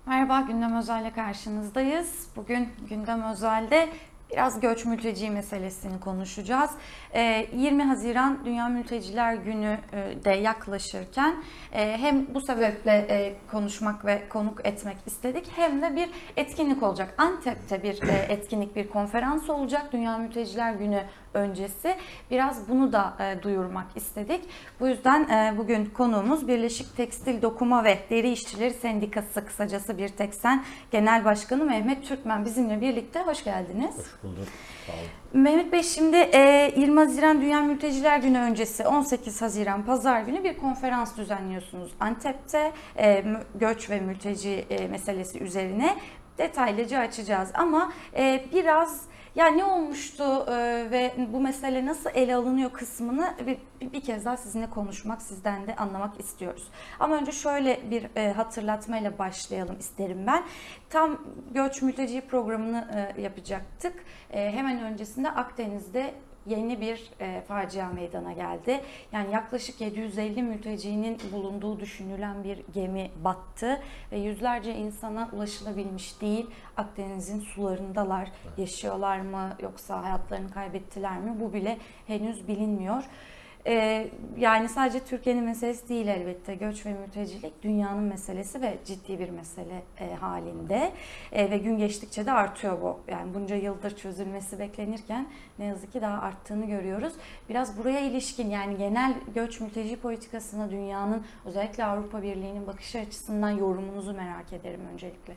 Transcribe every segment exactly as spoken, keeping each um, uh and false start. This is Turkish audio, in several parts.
Merhaba, Gündem Özel'le karşınızdayız. Bugün Gündem Özel'de biraz göç mülteci meselesini konuşacağız. yirmi Haziran Dünya Mülteciler Günü de yaklaşırken hem bu sebeple konuşmak ve konuk etmek istedik hem de bir etkinlik olacak. Antep'te bir etkinlik, bir konferans olacak Dünya Mülteciler Günü öncesi. Biraz bunu da duyurmak istedik. Bu yüzden bugün konuğumuz Birleşik Tekstil Dokuma ve Deri İşçileri Sendikası, kısacası Birteksen Genel Başkanı Mehmet Türkmen bizimle birlikte. Hoş geldiniz. Hoş bulduk. Sağ olun. Mehmet Bey, şimdi yirmi Haziran Dünya Mülteciler Günü öncesi on sekiz Haziran Pazar günü bir konferans düzenliyorsunuz Antep'te. Göç ve mülteci meselesi üzerine detaylıca açacağız ama biraz ya ne olmuştu ve bu mesele nasıl ele alınıyor kısmını bir, bir kez daha sizinle konuşmak, sizden de anlamak istiyoruz. Ama önce şöyle bir hatırlatmayla başlayalım isterim ben. Tam göç mülteci programını yapacaktık. Hemen öncesinde Akdeniz'de yeni bir e, facia meydana geldi. Yani yaklaşık yedi yüz elli mültecinin bulunduğu düşünülen bir gemi battı ve yüzlerce insana ulaşılabilmiş değil. Akdeniz'in sularındalar. Yaşıyorlar mı yoksa hayatlarını kaybettiler mi? Bu bile henüz bilinmiyor. Ee, yani sadece Türkiye'nin meselesi değil elbette. Göç ve mültecilik dünyanın meselesi ve ciddi bir mesele e, halinde. E, ve gün geçtikçe de artıyor bu. Yani bunca yıldır çözülmesi beklenirken ne yazık ki daha arttığını görüyoruz. Biraz buraya ilişkin, yani genel göç mülteci politikasına dünyanın, özellikle Avrupa Birliği'nin bakışı açısından yorumunuzu merak ederim öncelikle.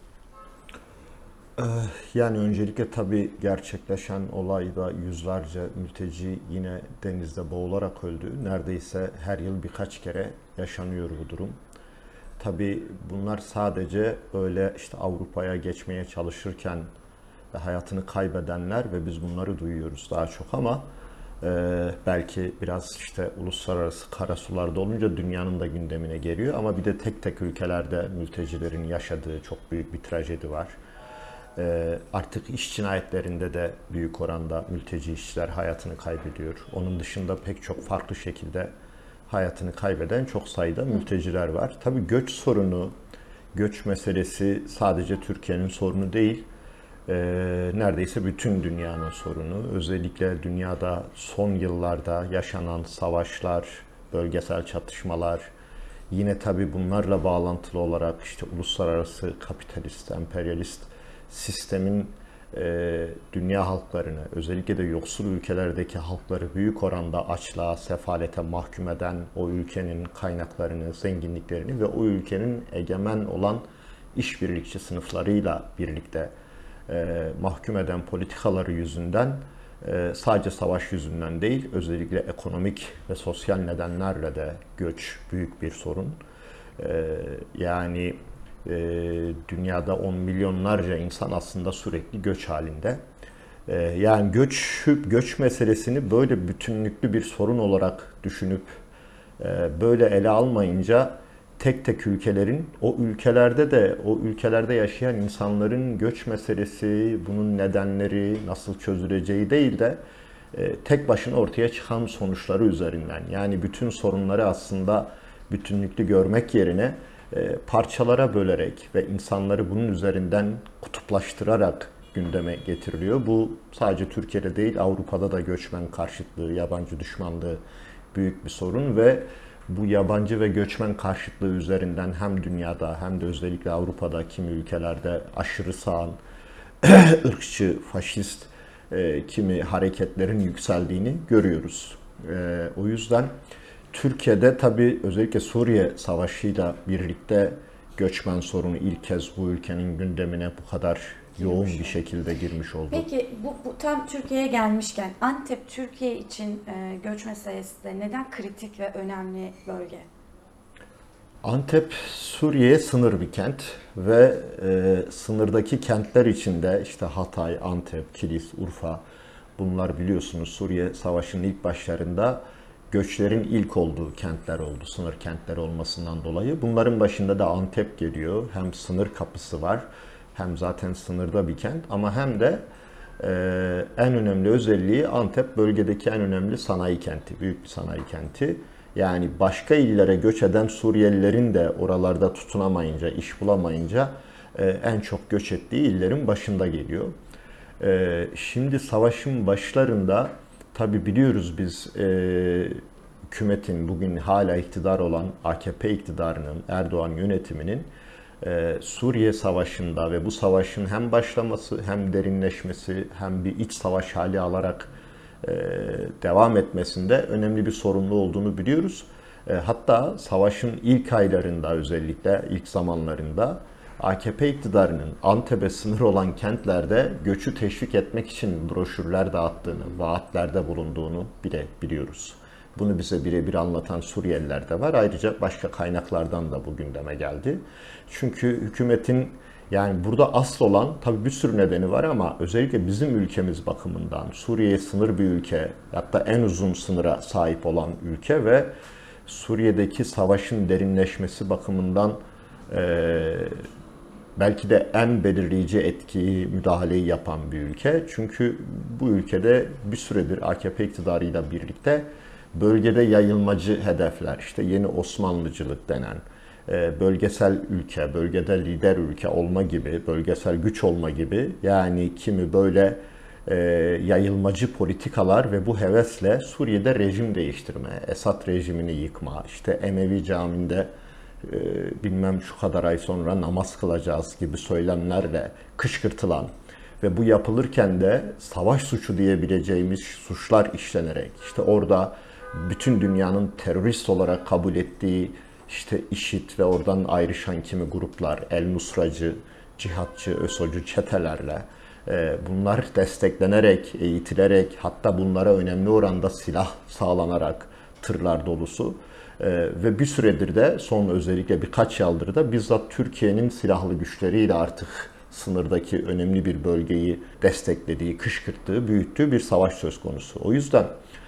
Yani öncelikle tabii gerçekleşen olayda yüzlerce mülteci yine denizde boğularak öldü. Neredeyse her yıl birkaç kere yaşanıyor bu durum. Tabii bunlar sadece öyle işte Avrupa'ya geçmeye çalışırken ve hayatını kaybedenler ve biz bunları duyuyoruz daha çok ama e, belki biraz işte uluslararası karasularda olunca dünyanın da gündemine geliyor ama bir de tek tek ülkelerde mültecilerin yaşadığı çok büyük bir trajedi var. Artık iş cinayetlerinde de büyük oranda mülteci işçiler hayatını kaybediyor. Onun dışında pek çok farklı şekilde hayatını kaybeden çok sayıda mülteciler var. Tabii göç sorunu, göç meselesi sadece Türkiye'nin sorunu değil, neredeyse bütün dünyanın sorunu. Özellikle dünyada son yıllarda yaşanan savaşlar, bölgesel çatışmalar, yine tabii bunlarla bağlantılı olarak işte uluslararası kapitalist, emperyalist sistemin e, dünya halklarını, özellikle de yoksul ülkelerdeki halkları büyük oranda açlığa, sefalete mahkum eden, o ülkenin kaynaklarını, zenginliklerini ve o ülkenin egemen olan işbirlikçi sınıflarıyla birlikte e, mahkum eden politikaları yüzünden, e, sadece savaş yüzünden değil, özellikle ekonomik ve sosyal nedenlerle de göç büyük bir sorun. E, yani dünyada on milyonlarca insan aslında sürekli göç halinde. Yani göç göç meselesini böyle bütünlüklü bir sorun olarak düşünüp böyle ele almayınca tek tek ülkelerin, o ülkelerde de o ülkelerde yaşayan insanların göç meselesi, bunun nedenleri nasıl çözüleceği değil de tek başına ortaya çıkan sonuçları üzerinden, yani bütün sorunları aslında bütünlüklü görmek yerine parçalara bölerek ve insanları bunun üzerinden kutuplaştırarak gündeme getiriliyor. Bu sadece Türkiye'de değil, Avrupa'da da göçmen karşıtlığı, yabancı düşmanlığı büyük bir sorun ve bu yabancı ve göçmen karşıtlığı üzerinden hem dünyada hem de özellikle Avrupa'da kimi ülkelerde aşırı sağın, ırkçı, faşist kimi hareketlerin yükseldiğini görüyoruz. O yüzden Türkiye'de tabii özellikle Suriye Savaşı'yla birlikte göçmen sorunu ilk kez bu ülkenin gündemine bu kadar yoğun bir şekilde girmiş oldu. Peki bu, bu tam Türkiye'ye gelmişken Antep Türkiye için e, göç meselesi de neden kritik ve önemli bölge? Antep Suriye'ye sınır bir kent ve e, sınırdaki kentler içinde işte Hatay, Antep, Kilis, Urfa, bunlar biliyorsunuz Suriye Savaşı'nın ilk başlarında göçlerin ilk olduğu kentler oldu, sınır kentleri olmasından dolayı. Bunların başında da Antep geliyor. Hem sınır kapısı var, hem zaten sınırda bir kent ama hem de e, en önemli özelliği Antep bölgedeki en önemli sanayi kenti, büyük bir sanayi kenti. Yani başka illere göç eden Suriyelilerin de oralarda tutunamayınca, iş bulamayınca en çok göç ettiği illerin başında geliyor. Şimdi savaşın başlarında tabi biliyoruz biz hükümetin bugün hala iktidar olan A K P iktidarının, Erdoğan yönetiminin Suriye Savaşı'nda ve bu savaşın hem başlaması hem derinleşmesi hem bir iç savaş hali alarak devam etmesinde önemli bir sorumlu olduğunu biliyoruz. Hatta savaşın ilk aylarında özellikle ilk zamanlarında A K P iktidarının Antep'e sınır olan kentlerde göçü teşvik etmek için broşürler dağıttığını, vaatlerde bulunduğunu bile biliyoruz. Bunu bize birebir anlatan Suriyeliler de var. Ayrıca başka kaynaklardan da bu gündeme geldi. Çünkü hükümetin yani burada asıl olan tabii bir sürü nedeni var ama özellikle bizim ülkemiz bakımından Suriye'ye sınır bir ülke, hatta en uzun sınıra sahip olan ülke ve Suriye'deki savaşın derinleşmesi bakımından e, belki de en belirleyici etkiyi, müdahaleyi yapan bir ülke. Çünkü bu ülkede bir süredir A K P iktidarıyla birlikte bölgede yayılmacı hedefler, işte yeni Osmanlıcılık denen bölgesel ülke, bölgede lider ülke olma gibi, bölgesel güç olma gibi yani kimi böyle e, yayılmacı politikalar ve bu hevesle Suriye'de rejim değiştirme, Esad rejimini yıkma, işte Emevi Camii'nde e, bilmem şu kadar ay sonra namaz kılacağız gibi söylemlerle kışkırtılan ve bu yapılırken de savaş suçu diyebileceğimiz suçlar işlenerek işte orada bütün dünyanın terörist olarak kabul ettiği işte IŞİD ve oradan ayrışan kimi gruplar, El-Nusracı, cihatçı, ÖSO'cu çetelerle bunlar desteklenerek, eğitilerek hatta bunlara önemli oranda silah sağlanarak tırlar dolusu ve bir süredir de son özellikle birkaç yıldır da bizzat Türkiye'nin silahlı güçleriyle artık sınırdaki önemli bir bölgeyi desteklediği, kışkırttığı, büyüttüğü bir savaş söz konusu. O yüzden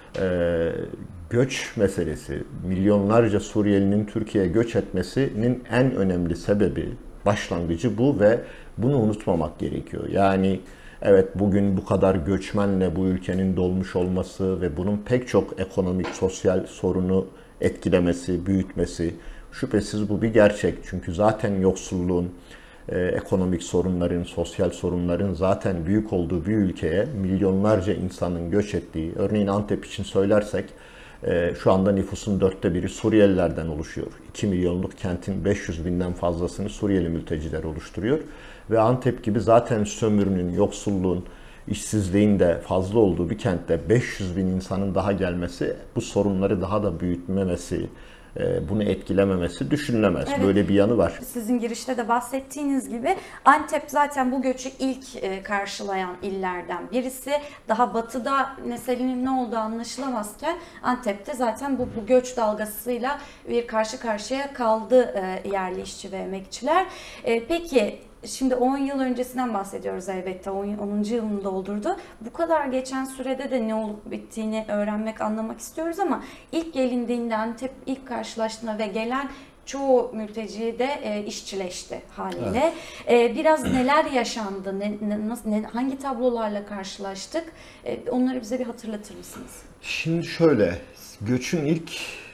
e, göç meselesi, milyonlarca Suriyelinin Türkiye'ye göç etmesinin en önemli sebebi, başlangıcı bu ve bunu unutmamak gerekiyor. Yani evet bugün bu kadar göçmenle bu ülkenin dolmuş olması ve bunun pek çok ekonomik, sosyal sorunu etkilemesi, büyütmesi, şüphesiz bu bir gerçek. Çünkü zaten yoksulluğun, e, ekonomik sorunların, sosyal sorunların zaten büyük olduğu bir ülkeye milyonlarca insanın göç ettiği, örneğin Antep için söylersek, e, şu anda nüfusun dörtte biri Suriyelilerden oluşuyor. iki milyonluk kentin beş yüz binden fazlasını Suriyeli mülteciler oluşturuyor. Ve Antep gibi zaten sömürünün, yoksulluğun, işsizliğin de fazla olduğu bir kentte beş yüz bin insanın daha gelmesi, bu sorunları daha da büyütmemesi, bunu etkilememesi düşünülemez. Evet. Böyle bir yanı var. Sizin girişte de bahsettiğiniz gibi Antep zaten bu göçü ilk karşılayan illerden birisi. Daha batıda meselenin ne olduğu anlaşılamazken Antep'te zaten bu, bu göç dalgasıyla bir karşı karşıya kaldı yerli işçi ve emekçiler. Peki şimdi on yıl öncesinden bahsediyoruz elbette. onuncu yılını doldurdu. Bu kadar geçen sürede de ne olup bittiğini öğrenmek, anlamak istiyoruz ama ilk gelindiğinde Antep ilk karşılaştığında ve gelen çoğu mülteci de e, işçileşti haliyle. Evet. E, biraz neler yaşandı? Ne, ne, nasıl, ne, hangi tablolarla karşılaştık? E, onları bize bir hatırlatır mısınız? Şimdi şöyle, göçün ilk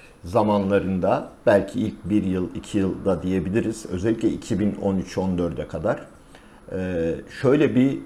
zamanlarında belki ilk bir yıl, iki yılda diyebiliriz. Özellikle iki bin on üç on dörde kadar ee, şöyle bir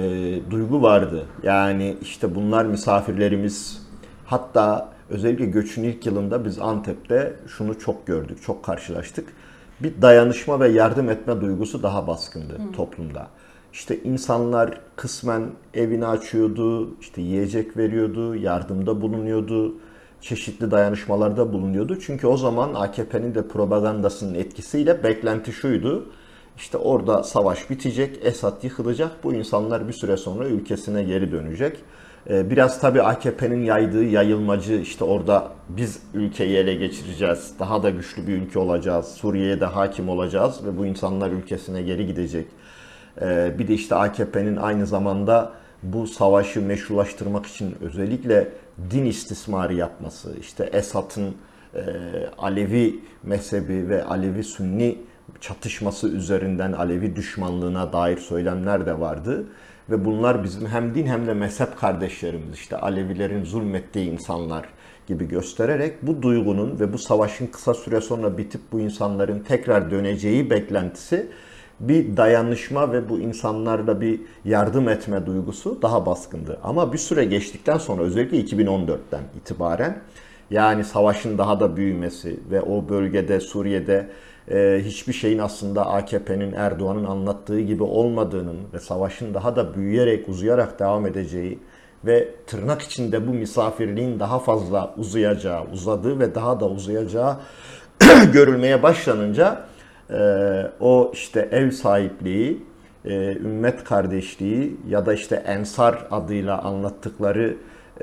e, duygu vardı. Yani işte bunlar misafirlerimiz. Hatta özellikle göçün ilk yılında biz Antep'te şunu çok gördük, çok karşılaştık. Bir dayanışma ve yardım etme duygusu daha baskındı hmm. toplumda. İşte insanlar kısmen evini açıyordu, işte yiyecek veriyordu, yardımda bulunuyordu. Çeşitli dayanışmalarda bulunuyordu. Çünkü o zaman A K P'nin de propagandasının etkisiyle beklenti şuydu. İşte orada savaş bitecek, Esad yıkılacak, bu insanlar bir süre sonra ülkesine geri dönecek. Biraz tabii A K P'nin yaydığı yayılmacı, işte orada biz ülkeyi ele geçireceğiz, daha da güçlü bir ülke olacağız, Suriye'ye de hakim olacağız ve bu insanlar ülkesine geri gidecek. Bir de işte A K P'nin aynı zamanda bu savaşı meşrulaştırmak için özellikle din istismarı yapması, işte Esad'ın e, Alevi mezhebi ve Alevi-Sünni çatışması üzerinden Alevi düşmanlığına dair söylemler de vardı. Ve bunlar bizim hem din hem de mezhep kardeşlerimiz, işte Alevilerin zulmettiği insanlar gibi göstererek bu duygunun ve bu savaşın kısa süre sonra bitip bu insanların tekrar döneceği beklentisi bir dayanışma ve bu insanlarla bir yardım etme duygusu daha baskındı. Ama bir süre geçtikten sonra özellikle iki bin on dörtten itibaren yani savaşın daha da büyümesi ve o bölgede Suriye'de e, hiçbir şeyin aslında A K P'nin Erdoğan'ın anlattığı gibi olmadığının ve savaşın daha da büyüyerek uzayarak devam edeceği ve tırnak içinde bu misafirliğin daha fazla uzayacağı, uzadığı ve daha da uzayacağı görülmeye başlanınca e, o işte ev sahipliği, e, ümmet kardeşliği ya da işte Ensar adıyla anlattıkları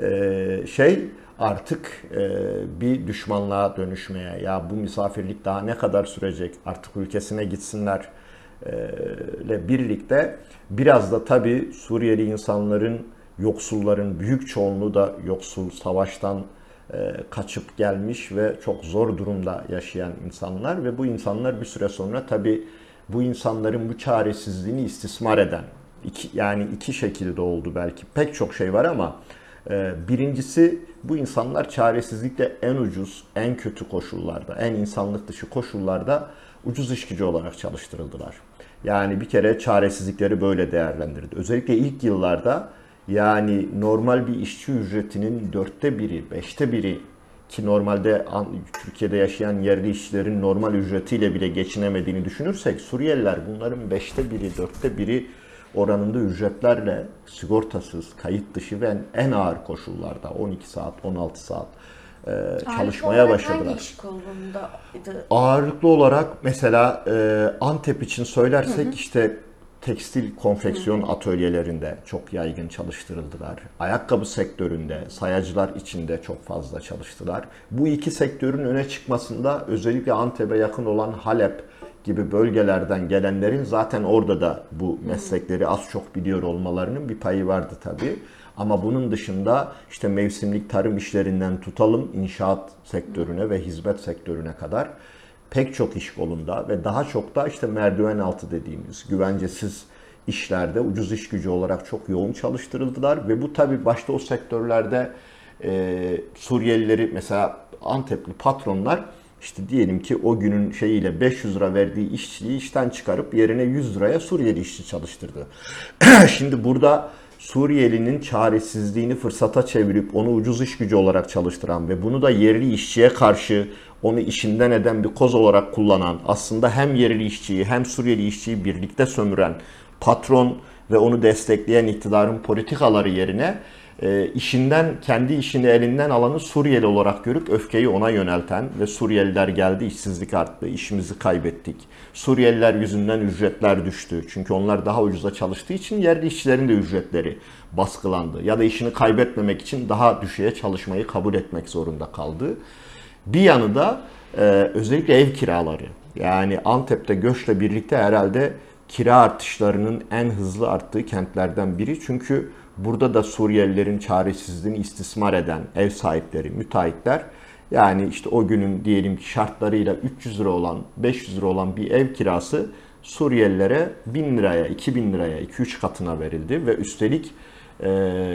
e, şey artık e, bir düşmanlığa dönüşmeye, ya bu misafirlik daha ne kadar sürecek, artık ülkesine gitsinler e, ile birlikte biraz da tabii Suriyeli insanların, yoksulların büyük çoğunluğu da yoksul, savaştan e, kaçıp gelmiş ve çok zor durumda yaşayan insanlar ve bu insanlar bir süre sonra tabii bu insanların bu çaresizliğini istismar eden, iki, yani iki şekilde oldu belki, pek çok şey var ama e, birincisi bu insanlar çaresizlikle en ucuz, en kötü koşullarda, en insanlık dışı koşullarda ucuz iş gücü olarak çalıştırıldılar. Yani bir kere çaresizlikleri böyle değerlendirdi. Özellikle ilk yıllarda yani normal bir işçi ücretinin dörtte biri, beşte biri ki normalde Türkiye'de yaşayan yerli işçilerin normal ücretiyle bile geçinemediğini düşünürsek Suriyeliler bunların beşte biri, dörtte biri oranında ücretlerle sigortasız, kayıt dışı ve en ağır koşullarda on iki saat, on altı saat e, çalışmaya başladılar. Hangi iş kolundaydı? Ağırlıklı olarak mesela e, Antep için söylersek hı hı. işte tekstil konfeksiyon atölyelerinde çok yaygın çalıştırıldılar. Ayakkabı sektöründe, sayacılar içinde çok fazla çalıştılar. Bu iki sektörün öne çıkmasında özellikle Antep'e yakın olan Halep gibi bölgelerden gelenlerin zaten orada da bu meslekleri az çok biliyor olmalarının bir payı vardı tabii. Ama bunun dışında işte mevsimlik tarım işlerinden tutalım inşaat sektörüne ve hizmet sektörüne kadar pek çok iş kolunda ve daha çok da işte merdiven altı dediğimiz güvencesiz işlerde ucuz iş gücü olarak çok yoğun çalıştırıldılar ve bu tabii başta o sektörlerde e, Suriyelileri mesela Antepli patronlar işte diyelim ki o günün şeyiyle beş yüz lira verdiği işçiliği işten çıkarıp yerine yüz liraya Suriyeli işçi çalıştırdı. Şimdi burada Suriyelinin çaresizliğini fırsata çevirip onu ucuz iş gücü olarak çalıştıran ve bunu da yerli işçiye karşı onu işinden eden bir koz olarak kullanan, aslında hem yerli işçiyi hem Suriyeli işçiyi birlikte sömüren patron ve onu destekleyen iktidarın politikaları yerine e, işinden, kendi işini elinden alanı Suriyeli olarak görüp öfkeyi ona yönelten ve Suriyeliler geldi, işsizlik arttı, işimizi kaybettik. Suriyeliler yüzünden ücretler düştü. Çünkü onlar daha ucuza çalıştığı için yerli işçilerin de ücretleri baskılandı. Ya da işini kaybetmemek için daha düşüğe çalışmayı kabul etmek zorunda kaldı. Bir yanı da e, özellikle ev kiraları. Yani Antep'te göçle birlikte herhalde kira artışlarının en hızlı arttığı kentlerden biri. Çünkü burada da Suriyelilerin çaresizliğini istismar eden ev sahipleri, müteahhitler, yani işte o günün diyelim ki şartlarıyla üç yüz lira olan, beş yüz lira olan bir ev kirası Suriyelilere bin liraya, iki bin liraya, iki üç katına verildi ve üstelik e,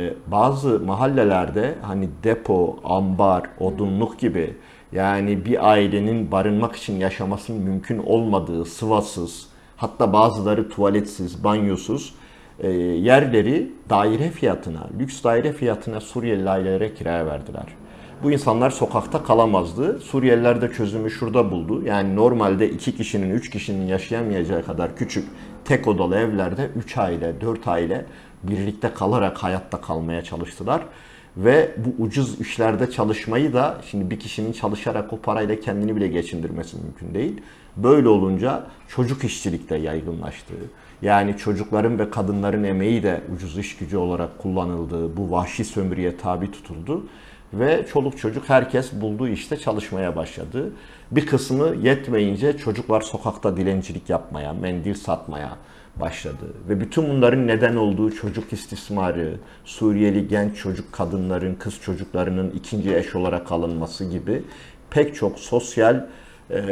bazı mahallelerde hani depo, ambar, odunluk gibi, yani bir ailenin barınmak için yaşamasının mümkün olmadığı sıvasız, hatta bazıları tuvaletsiz, banyosuz e, yerleri daire fiyatına, lüks daire fiyatına Suriyeli ailelere kiraya verdiler. Bu insanlar sokakta kalamazdı. Suriyeliler de çözümü şurada buldu. Yani normalde iki kişinin, üç kişinin yaşayamayacağı kadar küçük tek odalı evlerde üç aile, dört aile birlikte kalarak hayatta kalmaya çalıştılar. Ve bu ucuz işlerde çalışmayı da, şimdi bir kişinin çalışarak o parayla kendini bile geçindirmesi mümkün değil. Böyle olunca çocuk işçilik de yaygınlaştı. Yani çocukların ve kadınların emeği de ucuz iş gücü olarak kullanıldığı bu vahşi sömürüye tabi tutuldu. Ve çoluk çocuk herkes bulduğu işte çalışmaya başladı. Bir kısmı yetmeyince çocuklar sokakta dilencilik yapmaya, mendil satmaya başladı. Ve bütün bunların neden olduğu çocuk istismarı, Suriyeli genç çocuk kadınların, kız çocuklarının ikinci eş olarak alınması gibi pek çok sosyal e,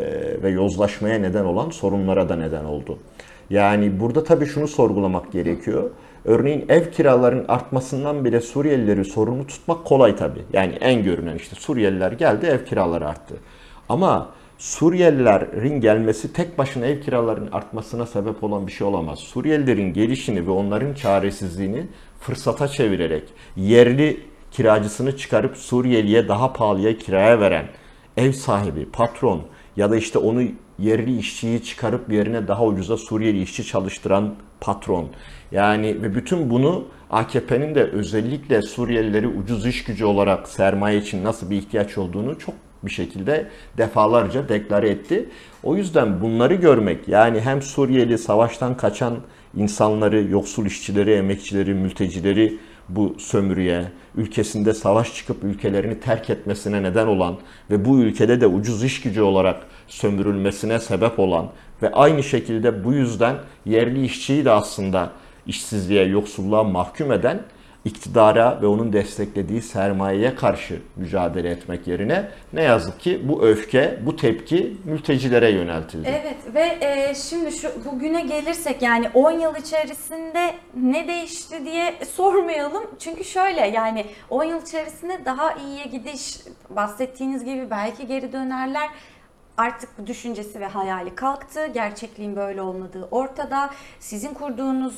ve yozlaşmaya neden olan sorunlara da neden oldu. Yani burada tabii şunu sorgulamak gerekiyor. Örneğin ev kiralarının artmasından bile Suriyelileri sorumlu tutmak kolay tabii. Yani en görünen işte Suriyeliler geldi, ev kiraları arttı. Ama Suriyelilerin gelmesi tek başına ev kiralarının artmasına sebep olan bir şey olamaz. Suriyelilerin gelişini ve onların çaresizliğini fırsata çevirerek yerli kiracısını çıkarıp Suriyeliye daha pahalıya kiraya veren ev sahibi, patron ya da işte onu yerli işçiyi çıkarıp yerine daha ucuza Suriyeli işçi çalıştıran patron. Yani ve bütün bunu A K P'nin de özellikle Suriyelileri ucuz iş gücü olarak sermaye için nasıl bir ihtiyaç olduğunu çok bir şekilde defalarca deklare etti. O yüzden bunları görmek, yani hem Suriyeli savaştan kaçan insanları, yoksul işçileri, emekçileri, mültecileri bu sömürüye, ülkesinde savaş çıkıp ülkelerini terk etmesine neden olan ve bu ülkede de ucuz iş gücü olarak sömürülmesine sebep olan ve aynı şekilde bu yüzden yerli işçiyi de aslında işsizliğe, yoksulluğa mahkum eden iktidara ve onun desteklediği sermayeye karşı mücadele etmek yerine ne yazık ki bu öfke, bu tepki mültecilere yöneltildi. Evet ve e, şimdi şu bugüne gelirsek, yani on yıl içerisinde ne değişti diye sormayalım. Çünkü şöyle, yani on yıl içerisinde daha iyiye gidiş, bahsettiğiniz gibi belki geri dönerler. Artık düşüncesi ve hayali kalktı. Gerçekliğin böyle olmadığı ortada. Sizin kurduğunuz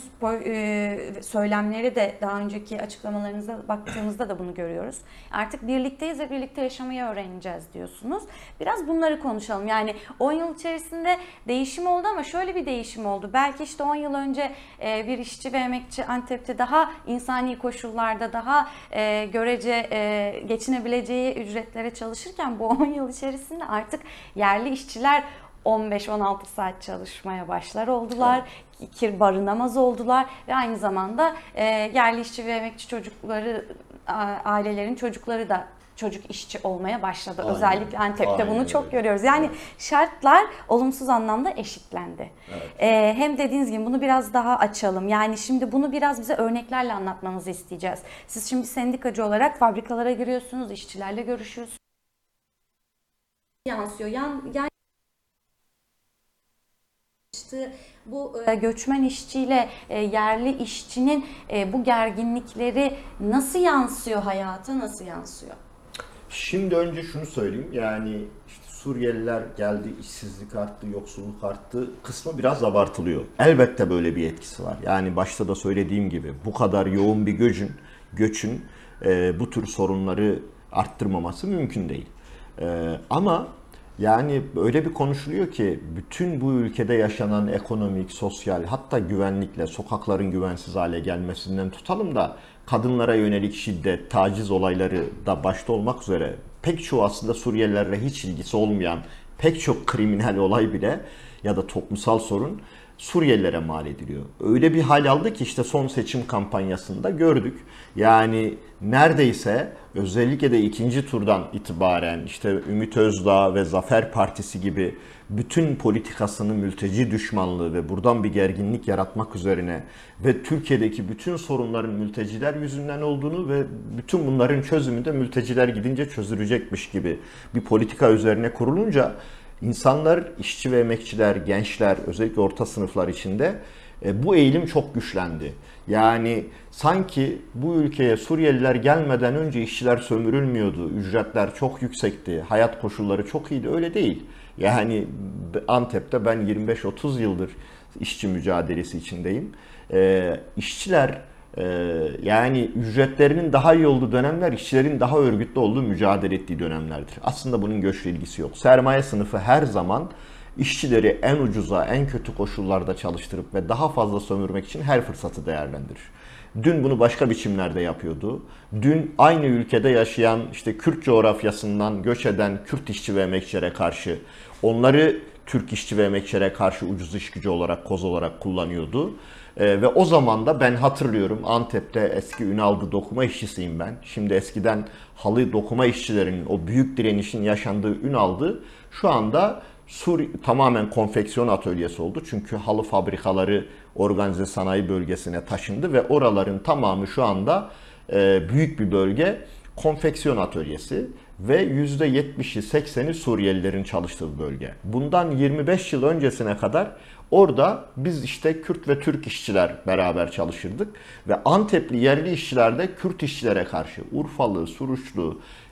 söylemleri de daha önceki açıklamalarınıza baktığımızda da bunu görüyoruz. Artık birlikteyiz ve birlikte yaşamayı öğreneceğiz diyorsunuz. Biraz bunları konuşalım. Yani on yıl içerisinde değişim oldu ama şöyle bir değişim oldu. Belki işte on yıl önce bir işçi ve emekçi Antep'te daha insani koşullarda, daha görece geçinebileceği ücretlere çalışırken bu on yıl içerisinde artık yer yerli işçiler on beş on altı saat çalışmaya başlar oldular, evet. Barınamaz oldular ve aynı zamanda e, yerli işçi ve emekçi çocukları, ailelerin çocukları da çocuk işçi olmaya başladı. Aynen. Özellikle Antep'te Aynen. bunu çok görüyoruz. Yani evet. şartlar olumsuz anlamda eşitlendi. Evet. E, hem dediğiniz gibi bunu biraz daha açalım. Yani şimdi bunu biraz bize örneklerle anlatmanızı isteyeceğiz. Siz şimdi sendikacı olarak fabrikalara giriyorsunuz, işçilerle görüşüyorsunuz. Yansıyor. Yan, yan işte bu e, göçmen işçiyle e, yerli işçinin e, bu gerginlikleri nasıl yansıyor hayata, nasıl yansıyor? Şimdi önce şunu söyleyeyim. Yani işte Suriyeliler geldi, işsizlik arttı, yoksulluk arttı kısmı biraz abartılıyor. Elbette böyle bir etkisi var. Yani başta da söylediğim gibi bu kadar yoğun bir göçün, göçün e, bu tür sorunları arttırmaması mümkün değil. Ee, ama yani öyle bir konuşuluyor ki bütün bu ülkede yaşanan ekonomik, sosyal, hatta güvenlikle sokakların güvensiz hale gelmesinden tutalım da kadınlara yönelik şiddet, taciz olayları da başta olmak üzere pek çoğu aslında Suriyelilerle hiç ilgisi olmayan pek çok kriminal olay bile ya da toplumsal sorun Suriyelilere mal ediliyor. Öyle bir hal aldı ki işte son seçim kampanyasında gördük. Yani neredeyse özellikle de ikinci turdan itibaren işte Ümit Özdağ ve Zafer Partisi gibi bütün politikasını mülteci düşmanlığı ve buradan bir gerginlik yaratmak üzerine ve Türkiye'deki bütün sorunların mülteciler yüzünden olduğunu ve bütün bunların çözümü de mülteciler gidince çözülecekmiş gibi bir politika üzerine kurulunca İnsanlar, işçi ve emekçiler, gençler, özellikle orta sınıflar içinde e, bu eğilim çok güçlendi. Yani sanki bu ülkeye Suriyeliler gelmeden önce işçiler sömürülmüyordu, ücretler çok yüksekti, hayat koşulları çok iyiydi. Öyle değil. Yani Antep'te ben yirmi beş otuz yıldır işçi mücadelesi içindeyim. E, işçiler Ee, yani ücretlerinin daha iyi olduğu dönemler, işçilerin daha örgütlü olduğu, mücadele ettiği dönemlerdir. Aslında bunun göçle ilgisi yok. Sermaye sınıfı her zaman işçileri en ucuza, en kötü koşullarda çalıştırıp ve daha fazla sömürmek için her fırsatı değerlendirir. Dün bunu başka biçimlerde yapıyordu. Dün aynı ülkede yaşayan, işte Kürt coğrafyasından göç eden Kürt işçi ve emekçilere karşı, onları Türk işçi ve emekçilere karşı ucuz iş gücü olarak, koz olarak kullanıyordu. Ee, ve o zaman da ben hatırlıyorum, Antep'te eski Ünal'dı dokuma işçisiyim ben. Şimdi eskiden halı dokuma işçilerinin o büyük direnişin yaşandığı Ünal'dı. Şu anda Sur tamamen konfeksiyon atölyesi oldu. Çünkü halı fabrikaları organize sanayi bölgesine taşındı ve oraların tamamı şu anda e, büyük bir bölge konfeksiyon atölyesi ve yüzde yetmişi sekseni Suriyelilerin çalıştığı bölge. Bundan yirmi beş yıl öncesine kadar orada biz işte Kürt ve Türk işçiler beraber çalışırdık ve Antepli yerli işçiler de Kürt işçilere karşı, Urfalı, Suruçlu,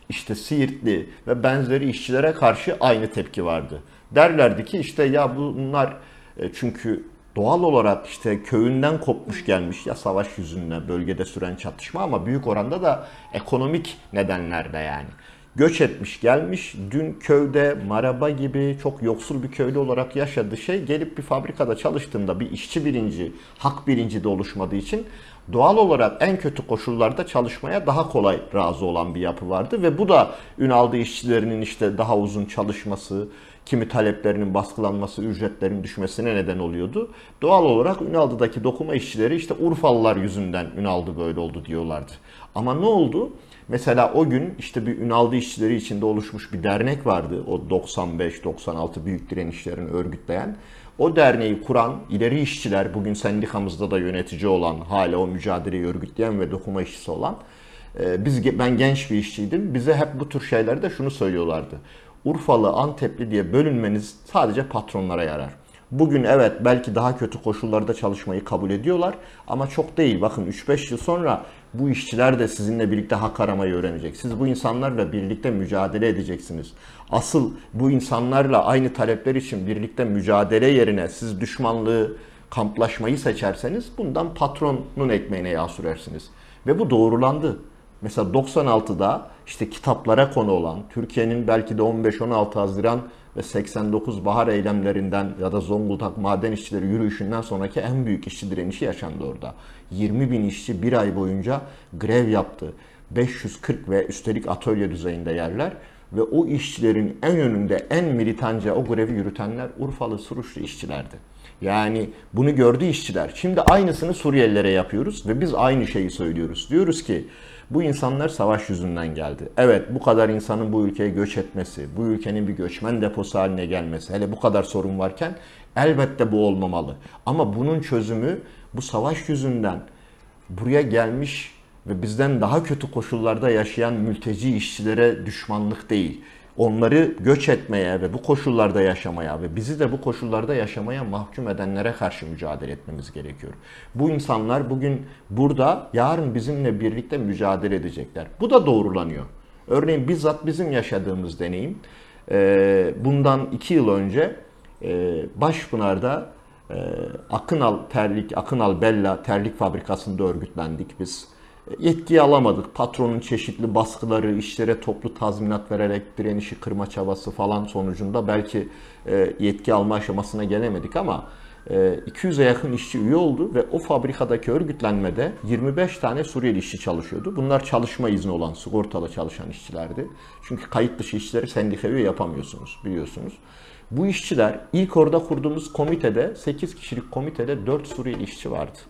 işte Siirtli ve benzeri işçilere karşı aynı tepki vardı. Derlerdi ki işte ya bunlar e, çünkü doğal olarak işte köyünden kopmuş gelmiş ya savaş yüzünden bölgede süren çatışma ama büyük oranda da ekonomik nedenlerde yani. Göç etmiş gelmiş dün köyde maraba gibi çok yoksul bir köylü olarak yaşadığı şey gelip bir fabrikada çalıştığında bir işçi bilinci, hak bilinci de oluşmadığı için doğal olarak en kötü koşullarda çalışmaya daha kolay razı olan bir yapı vardı ve bu da Ünal'da işçilerinin işte daha uzun çalışması, kimi taleplerinin baskılanması, ücretlerin düşmesine neden oluyordu. Doğal olarak Ünal'daki dokuma işçileri işte Urfalılar yüzünden Ünal'da böyle oldu diyorlardı. Ama ne oldu? Mesela o gün işte bir Ünal'da işçileri içinde oluşmuş bir dernek vardı. O doksan beş doksan altı büyük direnişlerini örgütleyen. O derneği kuran ileri işçiler, bugün sendikamızda da yönetici olan, hala o mücadeleyi örgütleyen ve dokuma işçisi olan, biz ben genç bir işçiydim. Bize hep bu tür şeylerde şunu söylüyorlardı. Urfalı, Antepli diye bölünmeniz sadece patronlara yarar. Bugün evet belki daha kötü koşullarda çalışmayı kabul ediyorlar ama çok değil. Bakın üç beş yıl sonra bu işçiler de sizinle birlikte hak aramayı öğrenecek. Siz bu insanlarla birlikte mücadele edeceksiniz. Asıl bu insanlarla aynı talepler için birlikte mücadele yerine siz düşmanlığı, kamplaşmayı seçerseniz bundan patronun ekmeğine yağ sürersiniz. Ve bu doğrulandı. Mesela doksan altıda işte kitaplara konu olan, Türkiye'nin belki de on beş on altı Haziran ve seksen dokuz bahar eylemlerinden ya da Zonguldak maden işçileri yürüyüşünden sonraki en büyük işçi direnişi yaşandı orada. yirmi bin işçi bir ay boyunca grev yaptı. beş yüz kırk ve üstelik atölye düzeyinde yerler ve o işçilerin en önünde en militanca o grevi yürütenler Urfalı, Suruçlu işçilerdi. Yani bunu gördü işçiler. Şimdi aynısını Suriyelilere yapıyoruz ve biz aynı şeyi söylüyoruz. Diyoruz ki bu insanlar savaş yüzünden geldi. Evet, bu kadar insanın bu ülkeye göç etmesi, bu ülkenin bir göçmen deposu haline gelmesi, hele bu kadar sorun varken elbette bu olmamalı. Ama bunun çözümü bu savaş yüzünden buraya gelmiş ve bizden daha kötü koşullarda yaşayan mülteci işçilere düşmanlık değil. Onları göç etmeye ve bu koşullarda yaşamaya ve bizi de bu koşullarda yaşamaya mahkum edenlere karşı mücadele etmemiz gerekiyor. Bu insanlar bugün burada, yarın bizimle birlikte mücadele edecekler. Bu da doğrulanıyor. Örneğin bizzat bizim yaşadığımız deneyim, bundan iki yıl önce Başpınar'da Akınal Terlik, Akınal Bella Terlik Fabrikası'nda örgütlendik biz. Yetkiyi alamadık. Patronun çeşitli baskıları, işlere toplu tazminat vererek direnişi kırma çabası falan sonucunda belki yetki alma aşamasına gelemedik ama iki yüze yakın işçi üye oldu ve o fabrikadaki örgütlenmede yirmi beş tane Suriyeli işçi çalışıyordu. Bunlar çalışma izni olan, sigortalı çalışan işçilerdi. Çünkü kayıt dışı işçileri sendika üye yapamıyorsunuz, biliyorsunuz. Bu işçiler ilk orada kurduğumuz komitede, sekiz kişilik komitede dört Suriyeli işçi vardı.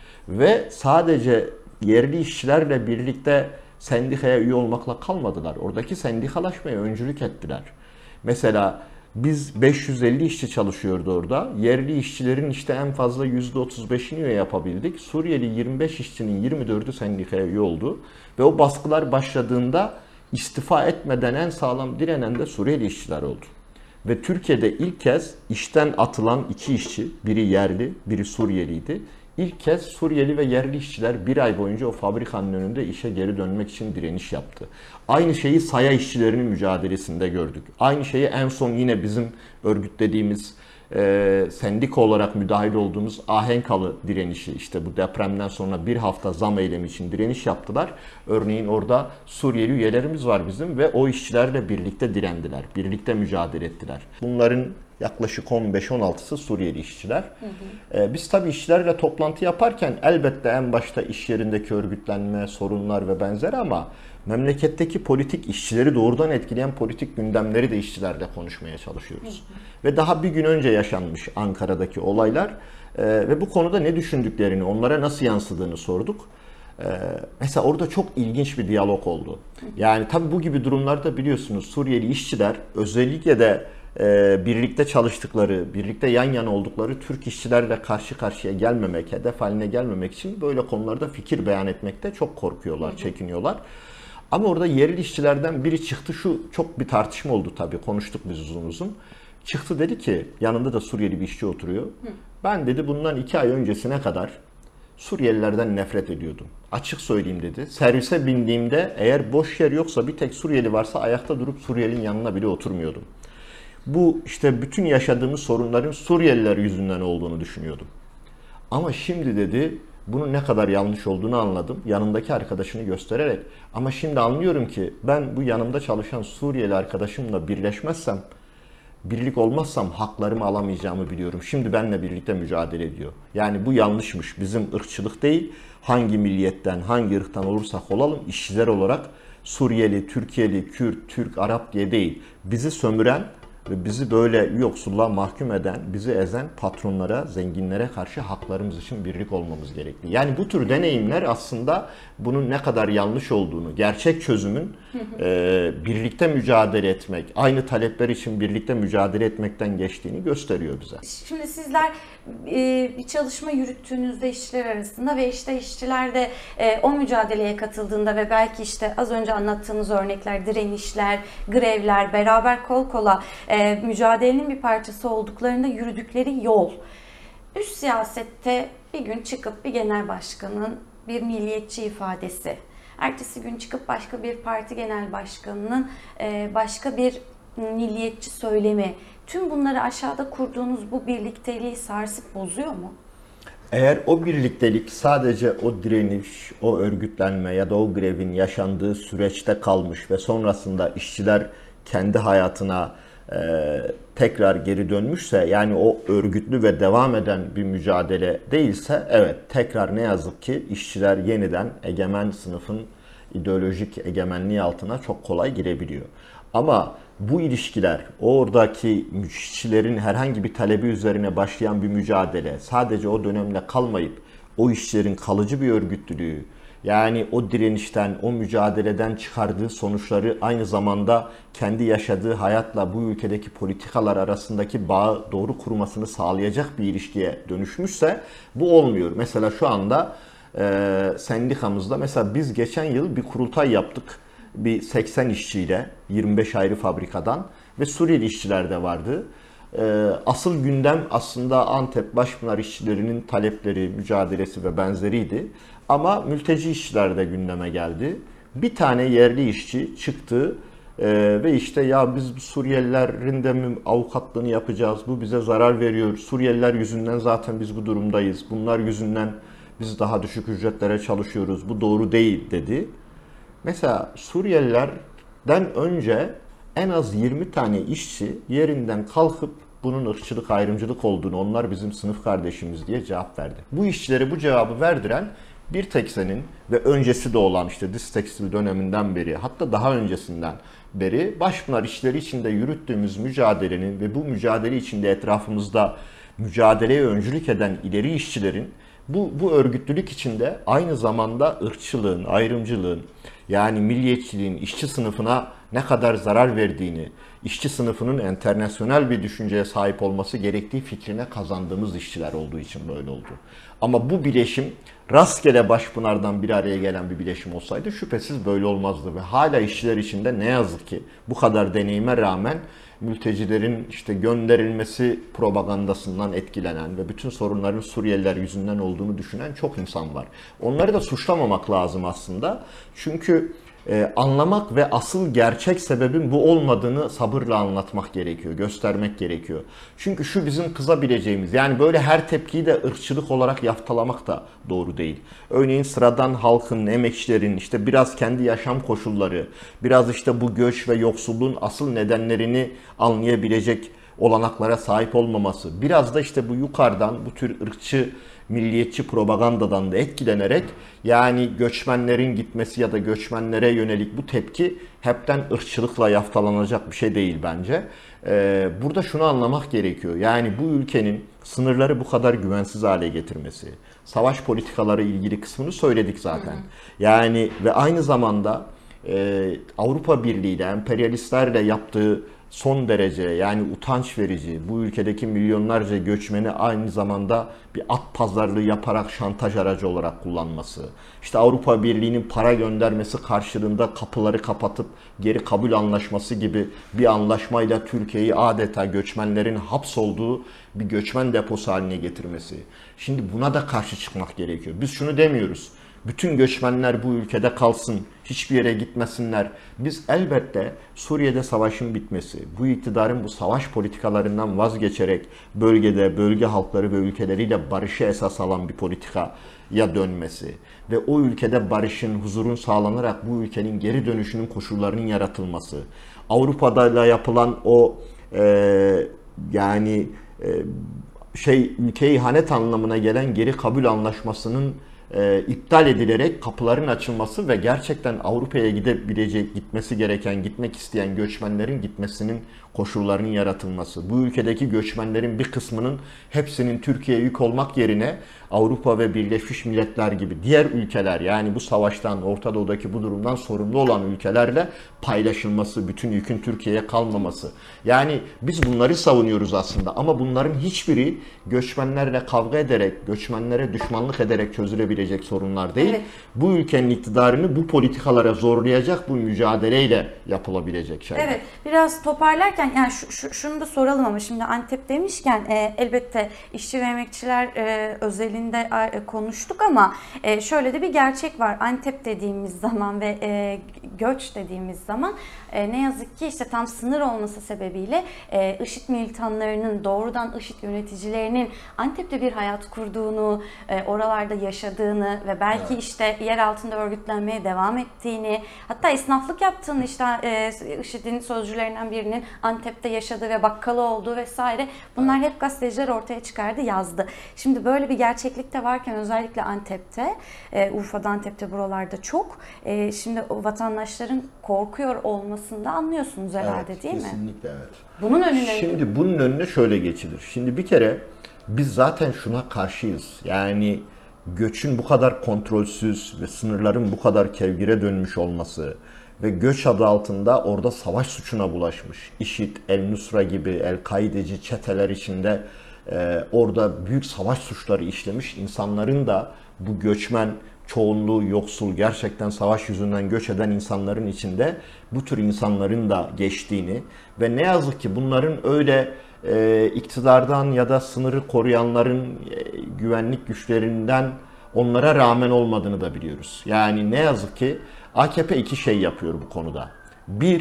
Ve sadece yerli işçilerle birlikte sendikaya üye olmakla kalmadılar. Oradaki sendikalaşmaya öncülük ettiler. Mesela biz beş yüz elli işçi çalışıyordu orada. Yerli işçilerin işte en fazla yüzde otuz beşini üye yapabildik. Suriyeli yirmi beş işçinin yirmi dördü sendikaya üye oldu. Ve o baskılar başladığında istifa etmeden en sağlam direnen de Suriyeli işçiler oldu. Ve Türkiye'de ilk kez işten atılan iki işçi, biri yerli, biri Suriyeliydi. İlk kez Suriyeli ve yerli işçiler bir ay boyunca o fabrikanın önünde işe geri dönmek için direniş yaptı. Aynı şeyi Saya işçilerinin mücadelesinde gördük. Aynı şeyi en son yine bizim örgütlediğimiz, e, sendika olarak müdahil olduğumuz Ahenkalı direnişi, işte bu depremden sonra bir hafta zam eylemi için direniş yaptılar. Örneğin orada Suriyeli üyelerimiz var bizim ve o işçilerle birlikte direndiler, birlikte mücadele ettiler. Bunların yaklaşık on beş on altısı Suriyeli işçiler. Hı hı. Ee, biz tabii işçilerle toplantı yaparken elbette en başta iş yerindeki örgütlenme, sorunlar ve benzeri ama memleketteki politik, işçileri doğrudan etkileyen politik gündemleri de işçilerle konuşmaya çalışıyoruz. Hı hı. Ve daha bir gün önce yaşanmış Ankara'daki olaylar e, ve bu konuda ne düşündüklerini, onlara nasıl yansıdığını sorduk. Ee, mesela orada çok ilginç bir diyalog oldu. Yani tabii bu gibi durumlarda biliyorsunuz Suriyeli işçiler özellikle de e, birlikte çalıştıkları, birlikte yan yana oldukları Türk işçilerle karşı karşıya gelmemek, hedef haline gelmemek için böyle konularda fikir beyan etmekte çok korkuyorlar, çekiniyorlar. Ama orada yerli işçilerden biri çıktı, şu çok bir tartışma oldu tabii, konuştuk biz uzun uzun. Çıktı, dedi ki, yanında da Suriyeli bir işçi oturuyor. Ben dedi bundan iki ay öncesine kadar Suriyelilerden nefret ediyordum. Açık söyleyeyim dedi. Servise bindiğimde eğer boş yer yoksa bir tek Suriyeli varsa ayakta durup Suriyelinin yanına bile oturmuyordum. Bu işte bütün yaşadığımız sorunların Suriyeliler yüzünden olduğunu düşünüyordum. Ama şimdi dedi bunun ne kadar yanlış olduğunu anladım. Yanındaki arkadaşını göstererek. Ama şimdi anlıyorum ki ben bu yanımda çalışan Suriyeli arkadaşımla birleşmezsem, birlik olmazsam haklarımı alamayacağımı biliyorum. Şimdi benimle birlikte mücadele ediyor. Yani bu yanlışmış. Bizim ırkçılık değil, hangi milliyetten, hangi ırktan olursak olalım işçiler olarak Suriyeli, Türkiye'li, Kürt, Türk, Arap diye değil. Bizi sömüren ve bizi böyle yoksulluğa mahkum eden, bizi ezen patronlara, zenginlere karşı haklarımız için birlik olmamız gerekli. Yani bu tür deneyimler aslında bunun ne kadar yanlış olduğunu, gerçek çözümün e, birlikte mücadele etmek, aynı talepler için birlikte mücadele etmekten geçtiğini gösteriyor bize. Şimdi sizler e, bir çalışma yürüttüğünüzde işçiler arasında ve işte işçiler de e, o mücadeleye katıldığında ve belki işte az önce anlattığınız örnekler, direnişler, grevler, beraber kol kola e, mücadelenin bir parçası olduklarında yürüdükleri yol. Üst siyasette bir gün çıkıp bir genel başkanın bir milliyetçi ifadesi, ertesi gün çıkıp başka bir parti genel başkanının e, başka bir milliyetçi söylemi, tüm bunları aşağıda kurduğunuz bu birlikteliği sarsıp bozuyor mu? Eğer o birliktelik sadece o direniş, o örgütlenme ya da o grevin yaşandığı süreçte kalmış ve sonrasında işçiler kendi hayatına e, tekrar geri dönmüşse, yani o örgütlü ve devam eden bir mücadele değilse, evet tekrar ne yazık ki işçiler yeniden egemen sınıfın ideolojik egemenliği altına çok kolay girebiliyor. Ama bu ilişkiler, oradaki işçilerin herhangi bir talebi üzerine başlayan bir mücadele sadece o dönemle kalmayıp o işçilerin kalıcı bir örgütlülüğü, yani o direnişten, o mücadeleden çıkardığı sonuçları aynı zamanda kendi yaşadığı hayatla bu ülkedeki politikalar arasındaki bağı doğru kurmasını sağlayacak bir ilişkiye dönüşmüşse bu olmuyor. Mesela şu anda e, sendikamızda mesela biz geçen yıl bir kurultay yaptık. Bir seksen işçiyle yirmi beş ayrı fabrikadan ve Suriyeli işçiler de vardı. Asıl gündem aslında Antep Başpınar işçilerinin talepleri, mücadelesi ve benzeriydi. Ama mülteci işçiler de gündeme geldi. Bir tane yerli işçi çıktı ve işte ya biz Suriyelilerin de mi avukatlığını yapacağız, bu bize zarar veriyor, Suriyeliler yüzünden zaten biz bu durumdayız, bunlar yüzünden biz daha düşük ücretlere çalışıyoruz, bu doğru değil dedi. Mesela Suriyelilerden önce en az yirmi tane işçi yerinden kalkıp bunun ırkçılık, ayrımcılık olduğunu, onlar bizim sınıf kardeşimiz diye cevap verdi. Bu işçilere bu cevabı verdiren bir tek senin ve öncesi de olan işte Distekstil döneminden beri, hatta daha öncesinden beri Başpınar işçileri içinde yürüttüğümüz mücadelenin ve bu mücadele içinde etrafımızda mücadeleye öncülük eden ileri işçilerin bu, bu örgütlülük içinde aynı zamanda ırkçılığın, ayrımcılığın, yani milliyetçiliğin işçi sınıfına ne kadar zarar verdiğini, işçi sınıfının enternasyonel bir düşünceye sahip olması gerektiği fikrine kazandığımız işçiler olduğu için böyle oldu. Ama bu bileşim rastgele Başpınar'dan bir araya gelen bir bileşim olsaydı şüphesiz böyle olmazdı ve hala işçiler içinde ne yazık ki bu kadar deneyime rağmen mültecilerin işte gönderilmesi propagandasından etkilenen ve bütün sorunların Suriyeliler yüzünden olduğunu düşünen çok insan var. Onları da suçlamamak lazım aslında. Çünkü e, anlamak ve asıl gerçek sebebin bu olmadığını sabırla anlatmak gerekiyor, göstermek gerekiyor. Çünkü şu bizim kızabileceğimiz, yani böyle her tepkiyi de ırkçılık olarak yaftalamak da doğru değil. Örneğin sıradan halkın, emekçilerin işte biraz kendi yaşam koşulları, biraz işte bu göç ve yoksulluğun asıl nedenlerini anlayabilecek olanaklara sahip olmaması, biraz da işte bu yukarıdan bu tür ırkçı, milliyetçi propagandadan da etkilenerek, yani göçmenlerin gitmesi ya da göçmenlere yönelik bu tepki hepten ırkçılıkla yaftalanacak bir şey değil bence. Ee, burada şunu anlamak gerekiyor. Yani bu ülkenin sınırları bu kadar güvensiz hale getirmesi, savaş politikaları ilgili kısmını söyledik zaten. Hı hı. Yani ve aynı zamanda e, Avrupa Birliği ile, emperyalistlerle yaptığı son derece yani utanç verici, bu ülkedeki milyonlarca göçmeni aynı zamanda bir at pazarlığı yaparak şantaj aracı olarak kullanması, işte Avrupa Birliği'nin para göndermesi karşılığında kapıları kapatıp geri kabul anlaşması gibi bir anlaşmayla Türkiye'yi adeta göçmenlerin hapsolduğu bir göçmen deposu haline getirmesi. Şimdi buna da karşı çıkmak gerekiyor. Biz şunu demiyoruz. Bütün göçmenler bu ülkede kalsın, hiçbir yere gitmesinler. Biz elbette Suriye'de savaşın bitmesi, bu iktidarın bu savaş politikalarından vazgeçerek bölgede, bölge halkları ve ülkeleriyle barışı esas alan bir politikaya dönmesi ve o ülkede barışın, huzurun sağlanarak bu ülkenin geri dönüşünün koşullarının yaratılması, Avrupa'da yapılan o e, yani e, şey ülke ihanet anlamına gelen geri kabul anlaşmasının E, iptal edilerek kapıların açılması ve gerçekten Avrupa'ya gidebilecek, gitmesi gereken, gitmek isteyen göçmenlerin gitmesinin koşullarının yaratılması. Bu ülkedeki göçmenlerin bir kısmının hepsinin Türkiye'ye yük olmak yerine Avrupa ve Birleşmiş Milletler gibi diğer ülkeler, yani bu savaştan, Orta Doğu'daki bu durumdan sorumlu olan ülkelerle paylaşılması, bütün yükün Türkiye'ye kalmaması. Yani biz bunları savunuyoruz aslında ama bunların hiçbiri göçmenlerle kavga ederek, göçmenlere düşmanlık ederek çözülebilecek sorunlar değil. Evet. Bu ülkenin iktidarını bu politikalara zorlayacak bu mücadeleyle yapılabilecek şeyler. Evet, biraz toparlarken yani şu, şu, şunu da soralım ama şimdi Antep demişken e, elbette işçi ve emekçiler e, özelinde e, konuştuk ama e, şöyle de bir gerçek var. Antep dediğimiz zaman ve e, göç dediğimiz zaman e, ne yazık ki işte tam sınır olması sebebiyle e, IŞİD militanlarının, doğrudan IŞİD yöneticilerinin Antep'te bir hayat kurduğunu, e, oralarda yaşadığını ve belki evet. işte yer altında örgütlenmeye devam ettiğini, hatta esnaflık yaptığını, işte e, IŞİD'in sözcülerinden birinin Antep'te yaşadığı ve bakkalı olduğu vesaire, bunlar evet. hep gazeteciler ortaya çıkardı, yazdı. Şimdi böyle bir gerçeklik de varken özellikle Antep'te, e, Urfa'da, Antep'te, buralarda çok. E, şimdi o vatandaşların korkuyor olmasını da anlıyorsunuz herhalde, evet, değil kesinlikle mi? Kesinlikle evet. Bunun önüne... Şimdi bunun önüne şöyle geçilir. Şimdi bir kere biz zaten şuna karşıyız. Yani göçün bu kadar kontrolsüz ve sınırların bu kadar kevgire dönmüş olması ve göç adı altında orada savaş suçuna bulaşmış IŞİD, El-Nusra gibi El-Kaideci çeteler içinde e, orada büyük savaş suçları işlemiş insanların da bu göçmen, çoğunluğu yoksul, gerçekten savaş yüzünden göç eden insanların içinde bu tür insanların da geçtiğini ve ne yazık ki bunların öyle e, iktidardan ya da sınırı koruyanların e, güvenlik güçlerinden onlara rağmen olmadığını da biliyoruz. Yani ne yazık ki A K P iki şey yapıyor bu konuda. Bir,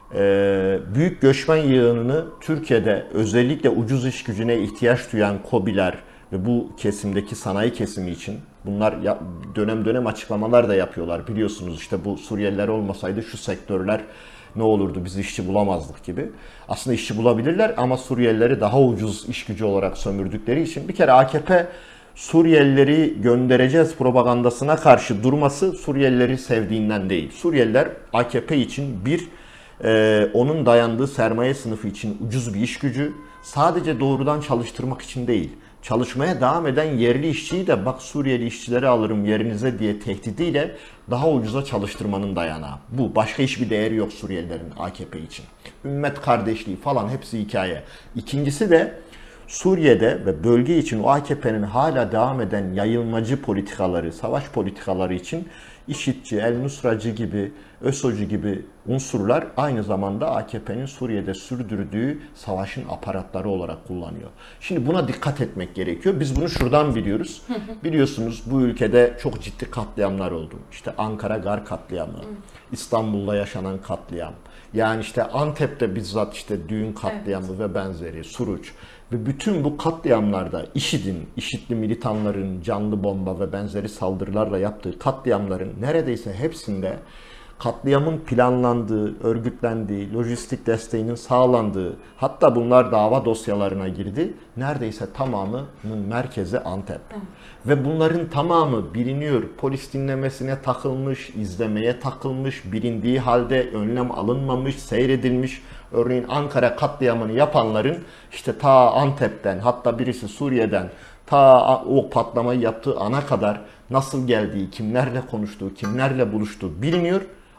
e, büyük göçmen yığınını Türkiye'de özellikle ucuz iş gücüne ihtiyaç duyan KOBİ'ler ve bu kesimdeki sanayi kesimi için bunlar dönem dönem açıklamalar da yapıyorlar. Biliyorsunuz işte bu Suriyeliler olmasaydı şu sektörler ne olurdu, biz işçi bulamazdık gibi. Aslında işçi bulabilirler ama Suriyelileri daha ucuz iş gücü olarak sömürdükleri için bir kere A K P Suriyelileri göndereceğiz propagandasına karşı durması Suriyelileri sevdiğinden değil. Suriyeliler A K P için bir, e, onun dayandığı sermaye sınıfı için ucuz bir iş gücü, sadece doğrudan çalıştırmak için değil. Çalışmaya devam eden yerli işçiyi de bak Suriyeli işçileri alırım yerinize diye tehdidiyle daha ucuza çalıştırmanın dayanağı. Bu. Başka hiçbir değeri yok Suriyelilerin A K P için. Ümmet kardeşliği falan hepsi hikaye. İkincisi de Suriye'de ve bölge için o A K P'nin hala devam eden yayılmacı politikaları, savaş politikaları için IŞİD'ci, El-Nusracı gibi, ÖSO'cu gibi unsurlar aynı zamanda A K P'nin Suriye'de sürdürdüğü savaşın aparatları olarak kullanıyor. Şimdi buna dikkat etmek gerekiyor. Biz bunu şuradan biliyoruz. Biliyorsunuz bu ülkede çok ciddi katliamlar oldu. İşte Ankara Gar katliamı, İstanbul'da yaşanan katliam. Yani işte Antep'te bizzat işte düğün katliamı evet. ve benzeri, Suruç. Ve bütün bu katliamlarda IŞİD'in, IŞİD'li militanların canlı bomba ve benzeri saldırılarla yaptığı katliamların neredeyse hepsinde katliamın planlandığı, örgütlendiği, lojistik desteğinin sağlandığı, hatta bunlar dava dosyalarına girdi. Neredeyse tamamının merkezi Antep. Evet. Ve bunların tamamı biliniyor. Polis dinlemesine takılmış, izlemeye takılmış, bilindiği halde önlem alınmamış, seyredilmiş. Örneğin Ankara katliamını yapanların işte ta Antep'ten, hatta birisi Suriye'den ta o patlamayı yaptığı ana kadar nasıl geldiği, kimlerle konuştuğu, kimlerle buluştuğu biliniyor.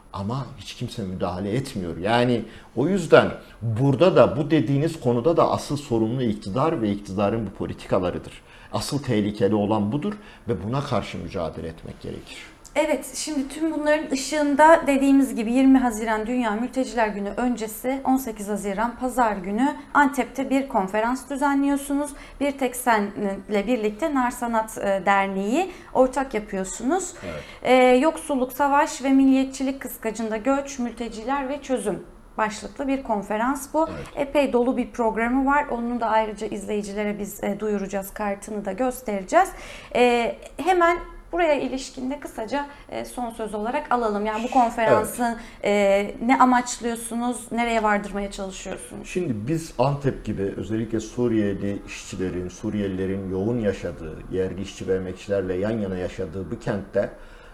Ama hiç kimse müdahale etmiyor. Yani o yüzden burada da bu dediğiniz konuda da asıl sorumlu iktidar ve iktidarın bu politikalarıdır. Asıl tehlikeli olan budur ve buna karşı mücadele etmek gerekir. Evet, şimdi tüm bunların ışığında dediğimiz gibi yirmi Haziran Dünya Mülteciler Günü öncesi on sekiz Haziran Pazar günü Antep'te bir konferans düzenliyorsunuz. Bir tek senle birlikte Nar Sanat Derneği ortak yapıyorsunuz. Evet. Ee, yoksulluk, savaş ve milliyetçilik kıskacında göç, mülteciler ve çözüm başlıklı bir konferans bu. Evet. Epey dolu bir programı var. Onu da ayrıca izleyicilere biz e, duyuracağız, kartını da göstereceğiz. E, hemen buraya ilişkinde kısaca son söz olarak alalım. Yani bu konferansın evet. ne amaçlıyorsunuz, nereye vardırmaya çalışıyorsunuz? Şimdi biz Antep gibi özellikle Suriyeli işçilerin, Suriyelilerin yoğun yaşadığı, yerli işçi ve emekçilerle yan yana yaşadığı bu kentte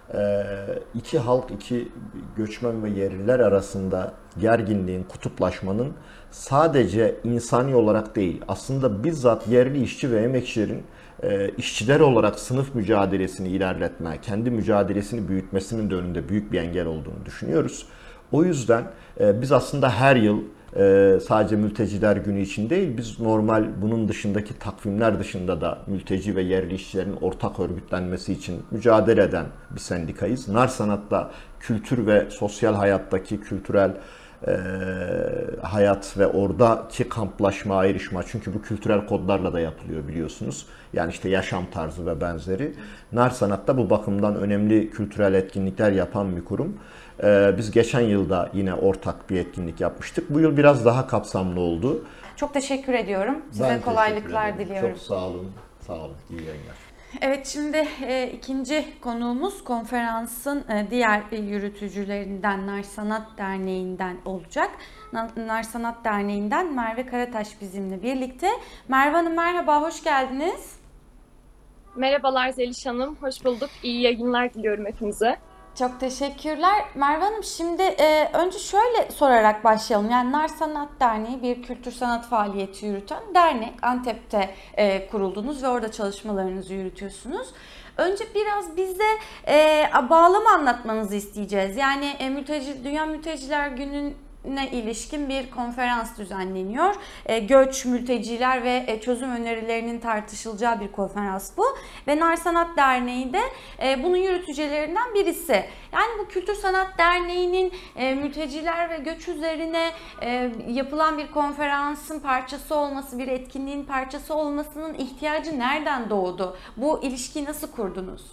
iki halk, iki göçmen ve yerliler arasında gerginliğin, kutuplaşmanın sadece insani olarak değil, aslında bizzat yerli işçi ve emekçilerin işçiler olarak sınıf mücadelesini ilerletme, kendi mücadelesini büyütmesinin de önünde büyük bir engel olduğunu düşünüyoruz. O yüzden biz aslında her yıl sadece Mülteciler Günü için değil, biz normal bunun dışındaki takvimler dışında da mülteci ve yerli işçilerin ortak örgütlenmesi için mücadele eden bir sendikayız. Nar Sanat'ta kültür ve sosyal hayattaki kültürel e, hayat ve oradaki kamplaşma, ayrışma, çünkü bu kültürel kodlarla da yapılıyor biliyorsunuz. Yani işte yaşam tarzı ve benzeri. Nar Sanat'ta bu bakımdan önemli kültürel etkinlikler yapan bir kurum. Biz geçen yılda yine ortak bir etkinlik yapmıştık. Bu yıl biraz daha kapsamlı oldu. Çok teşekkür ediyorum. Size ben kolaylıklar diliyorum. Çok sağ olun. Sağ olun. İyi yayınlar. Evet, şimdi e, ikinci konuğumuz konferansın e, diğer yürütücülerinden Nar Sanat Derneği'nden olacak. Nar Sanat Derneği'nden Merve Karataş bizimle birlikte. Merve Hanım merhaba, hoş geldiniz. Merhabalar Zeliş Hanım, hoş bulduk. İyi yayınlar diliyorum hepinize. Çok teşekkürler. Merve Hanım, şimdi e, önce şöyle sorarak başlayalım. Yani Nar Sanat Derneği bir kültür sanat faaliyeti yürüten dernek. Antep'te e, kuruldunuz ve orada çalışmalarınızı yürütüyorsunuz. Önce biraz bize e, bağlama anlatmanızı isteyeceğiz. Yani e, mülteci, Dünya Mülteciler Günü'nün ne ilişkin bir konferans düzenleniyor. E, göç, mülteciler ve e, çözüm önerilerinin tartışılacağı bir konferans bu. Ve Nar Sanat Derneği de e, bunun yürütücülerinden birisi. Yani bu Kültür Sanat Derneği'nin e, mülteciler ve göç üzerine e, yapılan bir konferansın parçası olması, bir etkinliğin parçası olmasının ihtiyacı nereden doğdu? Bu ilişkiyi nasıl kurdunuz?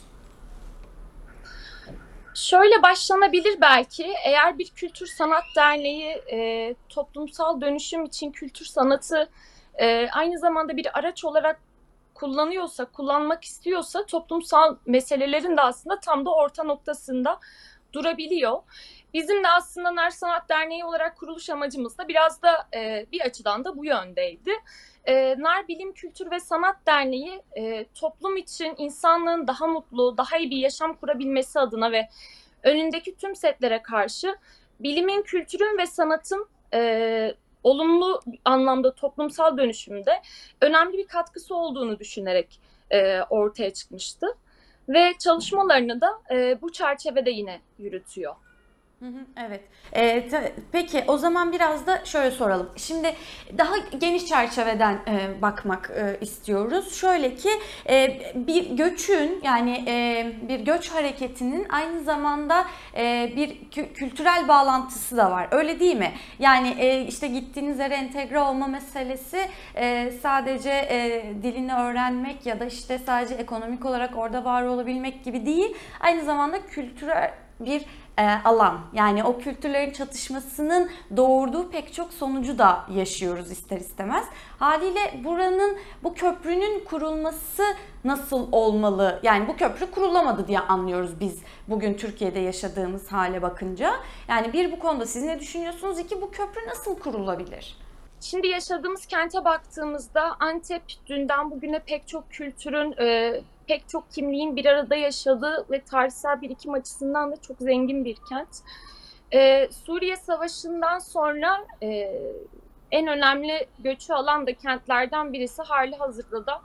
Şöyle başlanabilir belki, eğer bir kültür sanat derneği e, toplumsal dönüşüm için kültür sanatı e, aynı zamanda bir araç olarak kullanıyorsa, kullanmak istiyorsa toplumsal meselelerin de aslında tam da orta noktasında durabiliyor. Bizim de aslında Nar Sanat Derneği olarak kuruluş amacımız da biraz da e, bir açıdan da bu yöndeydi. E, Nar Bilim, Kültür ve Sanat Derneği e, toplum için insanlığın daha mutlu, daha iyi bir yaşam kurabilmesi adına ve önündeki tüm setlere karşı bilimin, kültürün ve sanatın e, olumlu anlamda toplumsal dönüşümde önemli bir katkısı olduğunu düşünerek e, ortaya çıkmıştı. Ve çalışmalarını da e, bu çerçevede yine yürütüyor. Evet. Ee, t- peki o zaman biraz da şöyle soralım. Şimdi daha geniş çerçeveden e, bakmak e, istiyoruz. Şöyle ki e, bir göçün yani e, bir göç hareketinin aynı zamanda e, bir kü- kültürel bağlantısı da var. Öyle değil mi? Yani e, işte gittiğiniz yere entegre olma meselesi e, sadece e, dilini öğrenmek ya da işte sadece ekonomik olarak orada var olabilmek gibi değil. Aynı zamanda kültürel bir alan. Yani o kültürlerin çatışmasının doğurduğu pek çok sonucu da yaşıyoruz ister istemez. Haliyle buranın, bu köprünün kurulması nasıl olmalı? Yani bu köprü kurulamadı diye anlıyoruz biz bugün Türkiye'de yaşadığımız hale bakınca. Yani bir, bu konuda siz ne düşünüyorsunuz? İki, bu köprü nasıl kurulabilir? Şimdi yaşadığımız kente baktığımızda Antep dünden bugüne pek çok kültürün, e, pek çok kimliğin bir arada yaşadığı ve tarihsel birikim açısından da çok zengin bir kent. E, Suriye Savaşı'ndan sonra e, en önemli göçü alan da kentlerden birisi, hali hazırda da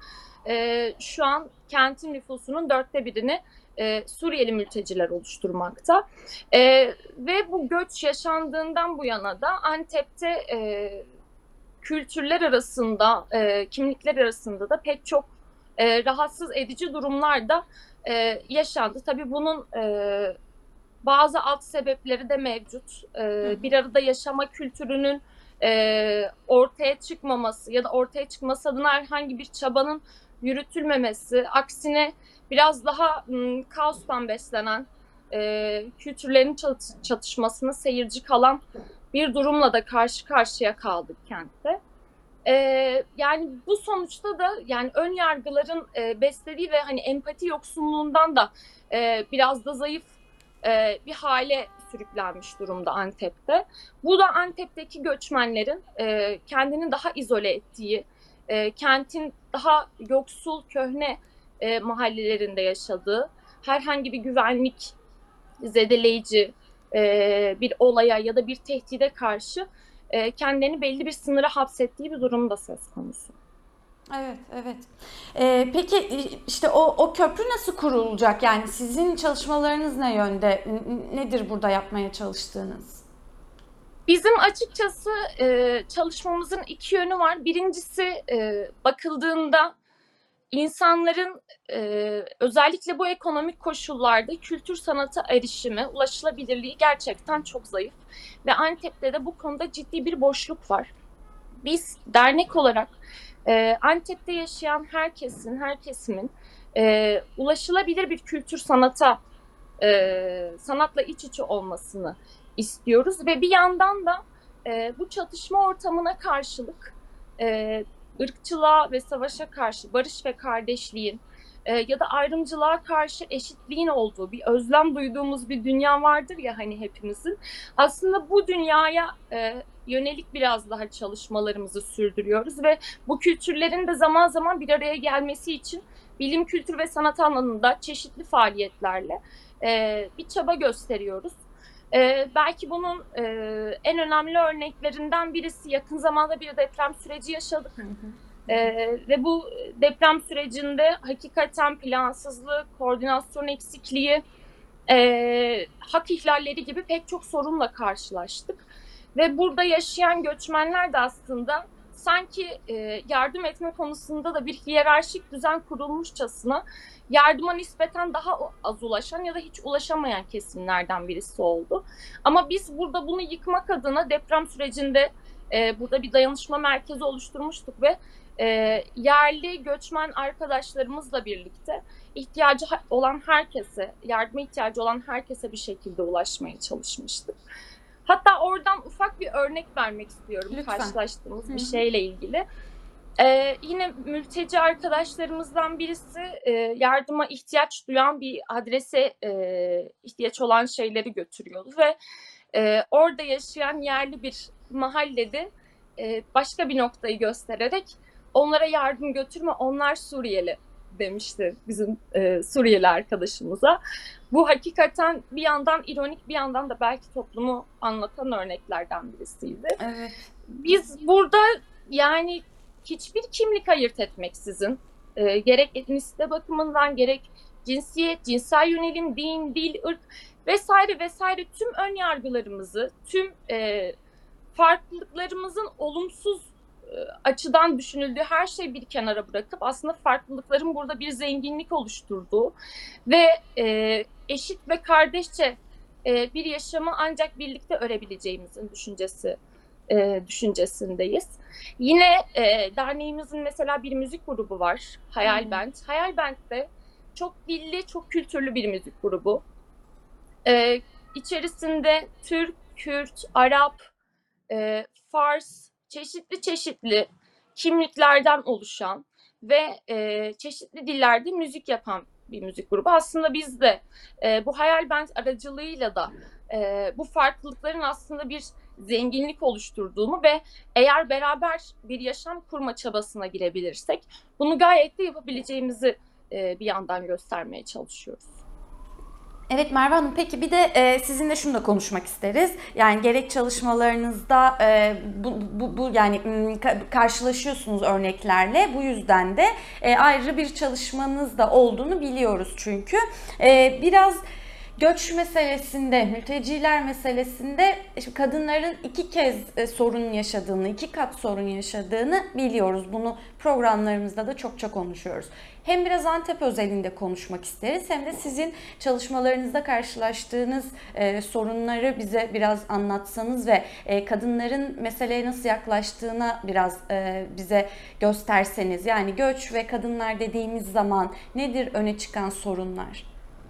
e, şu an kentin nüfusunun dörtte birini e, Suriyeli mülteciler oluşturmakta. E, ve bu göç yaşandığından bu yana da Antep'te e, kültürler arasında, e, kimlikler arasında da pek çok e, rahatsız edici durumlar da e, yaşandı. Tabii bunun e, bazı alt sebepleri de mevcut. E, bir arada yaşama kültürünün e, ortaya çıkmaması ya da ortaya çıkması adına herhangi bir çabanın yürütülmemesi, aksine biraz daha m, kaostan beslenen, e, kültürlerin çat- çatışmasına seyirci kalan bir durumla da karşı karşıya kaldık kentte. Ee, yani bu sonuçta da yani ön yargıların e, beslediği ve hani empati yoksunluğundan da e, biraz da zayıf e, bir hale sürüklenmiş durumda Antep'te. Bu da Antep'teki göçmenlerin e, kendini daha izole ettiği, e, kentin daha yoksul, köhne e, mahallelerinde yaşadığı, herhangi bir güvenlik zedeleyici e, bir olaya ya da bir tehdide karşı e, kendilerini belli bir sınıra hapsettiği bir durum da söz konusu. Evet, evet. Ee, peki işte o, o köprü nasıl kurulacak? Yani sizin çalışmalarınız ne yönde? N- Nedir burada yapmaya çalıştığınız? Bizim açıkçası e, çalışmamızın iki yönü var. Birincisi e, bakıldığında insanların e, özellikle bu ekonomik koşullarda kültür sanata erişimi, ulaşılabilirliği gerçekten çok zayıf. Ve Antep'te de bu konuda ciddi bir boşluk var. Biz dernek olarak e, Antep'te yaşayan herkesin, her kesimin e, ulaşılabilir bir kültür sanata, e, sanatla iç içe olmasını istiyoruz. Ve bir yandan da e, bu çatışma ortamına karşılık e, ırkçılığa ve savaşa karşı barış ve kardeşliğin e, ya da ayrımcılığa karşı eşitliğin olduğu bir özlem duyduğumuz bir dünya vardır ya hani hepimizin. Aslında bu dünyaya e, yönelik biraz daha çalışmalarımızı sürdürüyoruz ve bu kültürlerin de zaman zaman bir araya gelmesi için bilim, kültür ve sanat alanında çeşitli faaliyetlerle e, bir çaba gösteriyoruz. Ee, belki bunun e, en önemli örneklerinden birisi yakın zamanda bir deprem süreci yaşadık. Ee, ve bu deprem sürecinde hakikaten plansızlık, koordinasyon eksikliği, e, hak ihlalleri gibi pek çok sorunla karşılaştık. Ve burada yaşayan göçmenler de aslında sanki e, yardım etme konusunda da bir hiyerarşik düzen kurulmuşçasına yardıma nispeten daha az ulaşan ya da hiç ulaşamayan kesimlerden birisi oldu. Ama biz burada bunu yıkmak adına deprem sürecinde e, burada bir dayanışma merkezi oluşturmuştuk ve e, yerli göçmen arkadaşlarımızla birlikte ihtiyacı olan herkese, yardıma ihtiyacı olan herkese bir şekilde ulaşmaya çalışmıştık. Hatta oradan ufak bir örnek vermek istiyorum. Lütfen. Karşılaştığımız Hı-hı. bir şeyle ilgili. Ee, yine mülteci arkadaşlarımızdan birisi e, yardıma ihtiyaç duyan bir adrese e, ihtiyaç olan şeyleri götürüyordu ve e, orada yaşayan yerli bir mahallede e, başka bir noktayı göstererek onlara yardım götürme, onlar Suriyeli demişti bizim e, Suriyeli arkadaşımıza. Bu hakikaten bir yandan ironik, bir yandan da belki toplumu anlatan örneklerden birisiydi. Evet. Biz burada yani hiçbir kimlik ayırt etmeksizin, e, gerek etnisite bakımından, gerek cinsiyet, cinsel yönelim, din, dil, ırk vesaire vesaire tüm ön yargılarımızı, tüm e, farklılıklarımızın olumsuz e, açıdan düşünüldüğü her şeyi bir kenara bırakıp aslında farklılıkların burada bir zenginlik oluşturduğu ve e, eşit ve kardeşçe e, bir yaşamı ancak birlikte örebileceğimizin düşüncesi e, düşüncesindeyiz. Yine e, derneğimizin mesela bir müzik grubu var, Hayal Band. Hayal Band'de çok dilli, çok kültürlü bir müzik grubu. E, içerisinde Türk, Kürt, Arap, e, Fars, çeşitli çeşitli kimliklerden oluşan ve e, çeşitli dillerde müzik yapan bir müzik grubu. Aslında biz de e, bu Hayal Band aracılığıyla da e, bu farklılıkların aslında bir zenginlik oluşturduğunu ve eğer beraber bir yaşam kurma çabasına girebilirsek bunu gayet de yapabileceğimizi e, bir yandan göstermeye çalışıyoruz. Evet Merve Hanım, peki bir de e, sizinle şunu da konuşmak isteriz. Yani gerek çalışmalarınızda e, bu, bu, bu yani m, ka- karşılaşıyorsunuz örneklerle. Bu yüzden de e, ayrı bir çalışmanız da olduğunu biliyoruz çünkü. E, biraz göç meselesinde, mülteciler meselesinde işte kadınların iki kez e, sorun yaşadığını, iki kat sorun yaşadığını biliyoruz. Bunu programlarımızda da çokça konuşuyoruz. Hem biraz Antep özelinde konuşmak isteriz, hem de sizin çalışmalarınızda karşılaştığınız e, sorunları bize biraz anlatsanız ve e, kadınların meseleye nasıl yaklaştığına biraz e, bize gösterseniz. Yani göç ve kadınlar dediğimiz zaman nedir öne çıkan sorunlar?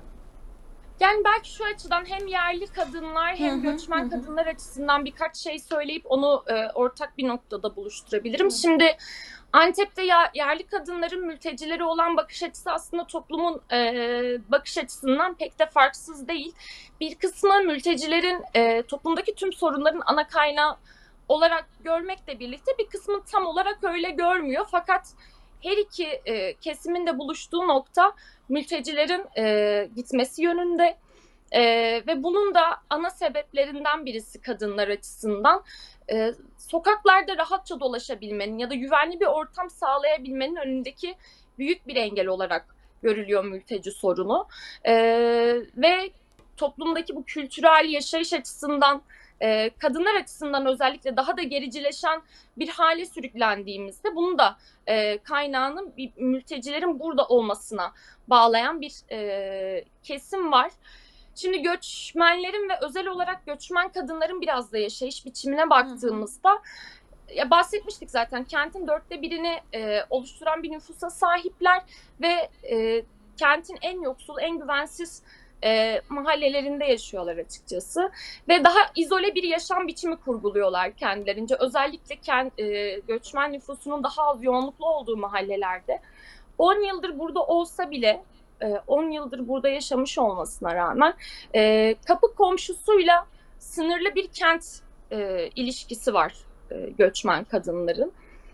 Yani belki şu açıdan hem yerli kadınlar hem Hı hı, göçmen hı hı. kadınlar açısından birkaç şey söyleyip onu e, ortak bir noktada buluşturabilirim. Şimdi Antep'te ya, yerli kadınların mültecilere olan bakış açısı aslında toplumun e, bakış açısından pek de farksız değil. Bir kısmı mültecilerin e, toplumdaki tüm sorunların ana kaynağı olarak görmekle birlikte bir kısmı tam olarak öyle görmüyor. Fakat her iki e, kesimin de buluştuğu nokta mültecilerin e, gitmesi yönünde. E, ve bunun da ana sebeplerinden birisi kadınlar açısından e, sokaklarda rahatça dolaşabilmenin ya da güvenli bir ortam sağlayabilmenin önündeki büyük bir engel olarak görülüyor mülteci sorunu. E, ve toplumdaki bu kültürel yaşayış açısından, e, kadınlar açısından özellikle daha da gericileşen bir hale sürüklendiğimizde bunun da e, kaynağının bir mültecilerin burada olmasına bağlayan bir e, kesim var. Şimdi göçmenlerin ve özel olarak göçmen kadınların biraz da yaşayış biçimine baktığımızda, ya bahsetmiştik zaten, kentin dörtte birini e, oluşturan bir nüfusa sahipler ve e, kentin en yoksul, en güvensiz e, mahallelerinde yaşıyorlar açıkçası. Ve daha izole bir yaşam biçimi kurguluyorlar kendilerince. Özellikle kent, e, göçmen nüfusunun daha az yoğunluklu olduğu mahallelerde. on yıldır burada olsa bile, on yıldır burada yaşamış olmasına rağmen e, kapı komşusuyla sınırlı bir kent e, ilişkisi var e, göçmen kadınların.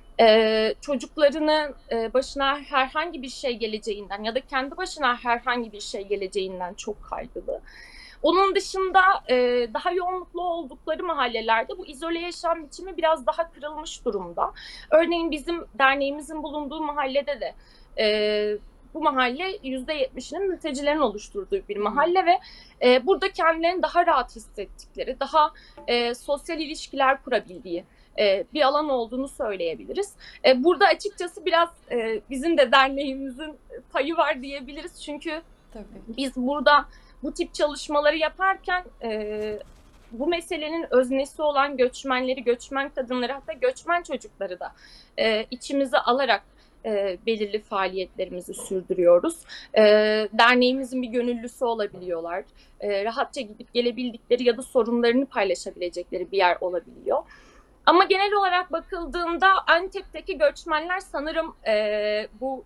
E, çocuklarının e, başına herhangi bir şey geleceğinden ya da kendi başına herhangi bir şey geleceğinden çok kaygılı. Onun dışında e, daha yoğunluklu oldukları mahallelerde bu izole yaşam biçimi biraz daha kırılmış durumda. Örneğin bizim derneğimizin bulunduğu mahallede de e, bu mahalle yüzde yetmişinin mültecilerin oluşturduğu bir mahalle ve e, burada kendilerini daha rahat hissettikleri, daha e, sosyal ilişkiler kurabildiği e, bir alan olduğunu söyleyebiliriz. E, burada açıkçası biraz e, bizim de derneğimizin payı var diyebiliriz. Çünkü Tabii. biz burada bu tip çalışmaları yaparken e, bu meselenin öznesi olan göçmenleri, göçmen kadınları, hatta göçmen çocukları da e, içimize alarak e, belirli faaliyetlerimizi sürdürüyoruz. E, derneğimizin bir gönüllüsü olabiliyorlar. E, rahatça gidip gelebildikleri ya da sorunlarını paylaşabilecekleri bir yer olabiliyor. Ama genel olarak bakıldığında Antep'teki göçmenler sanırım e, bu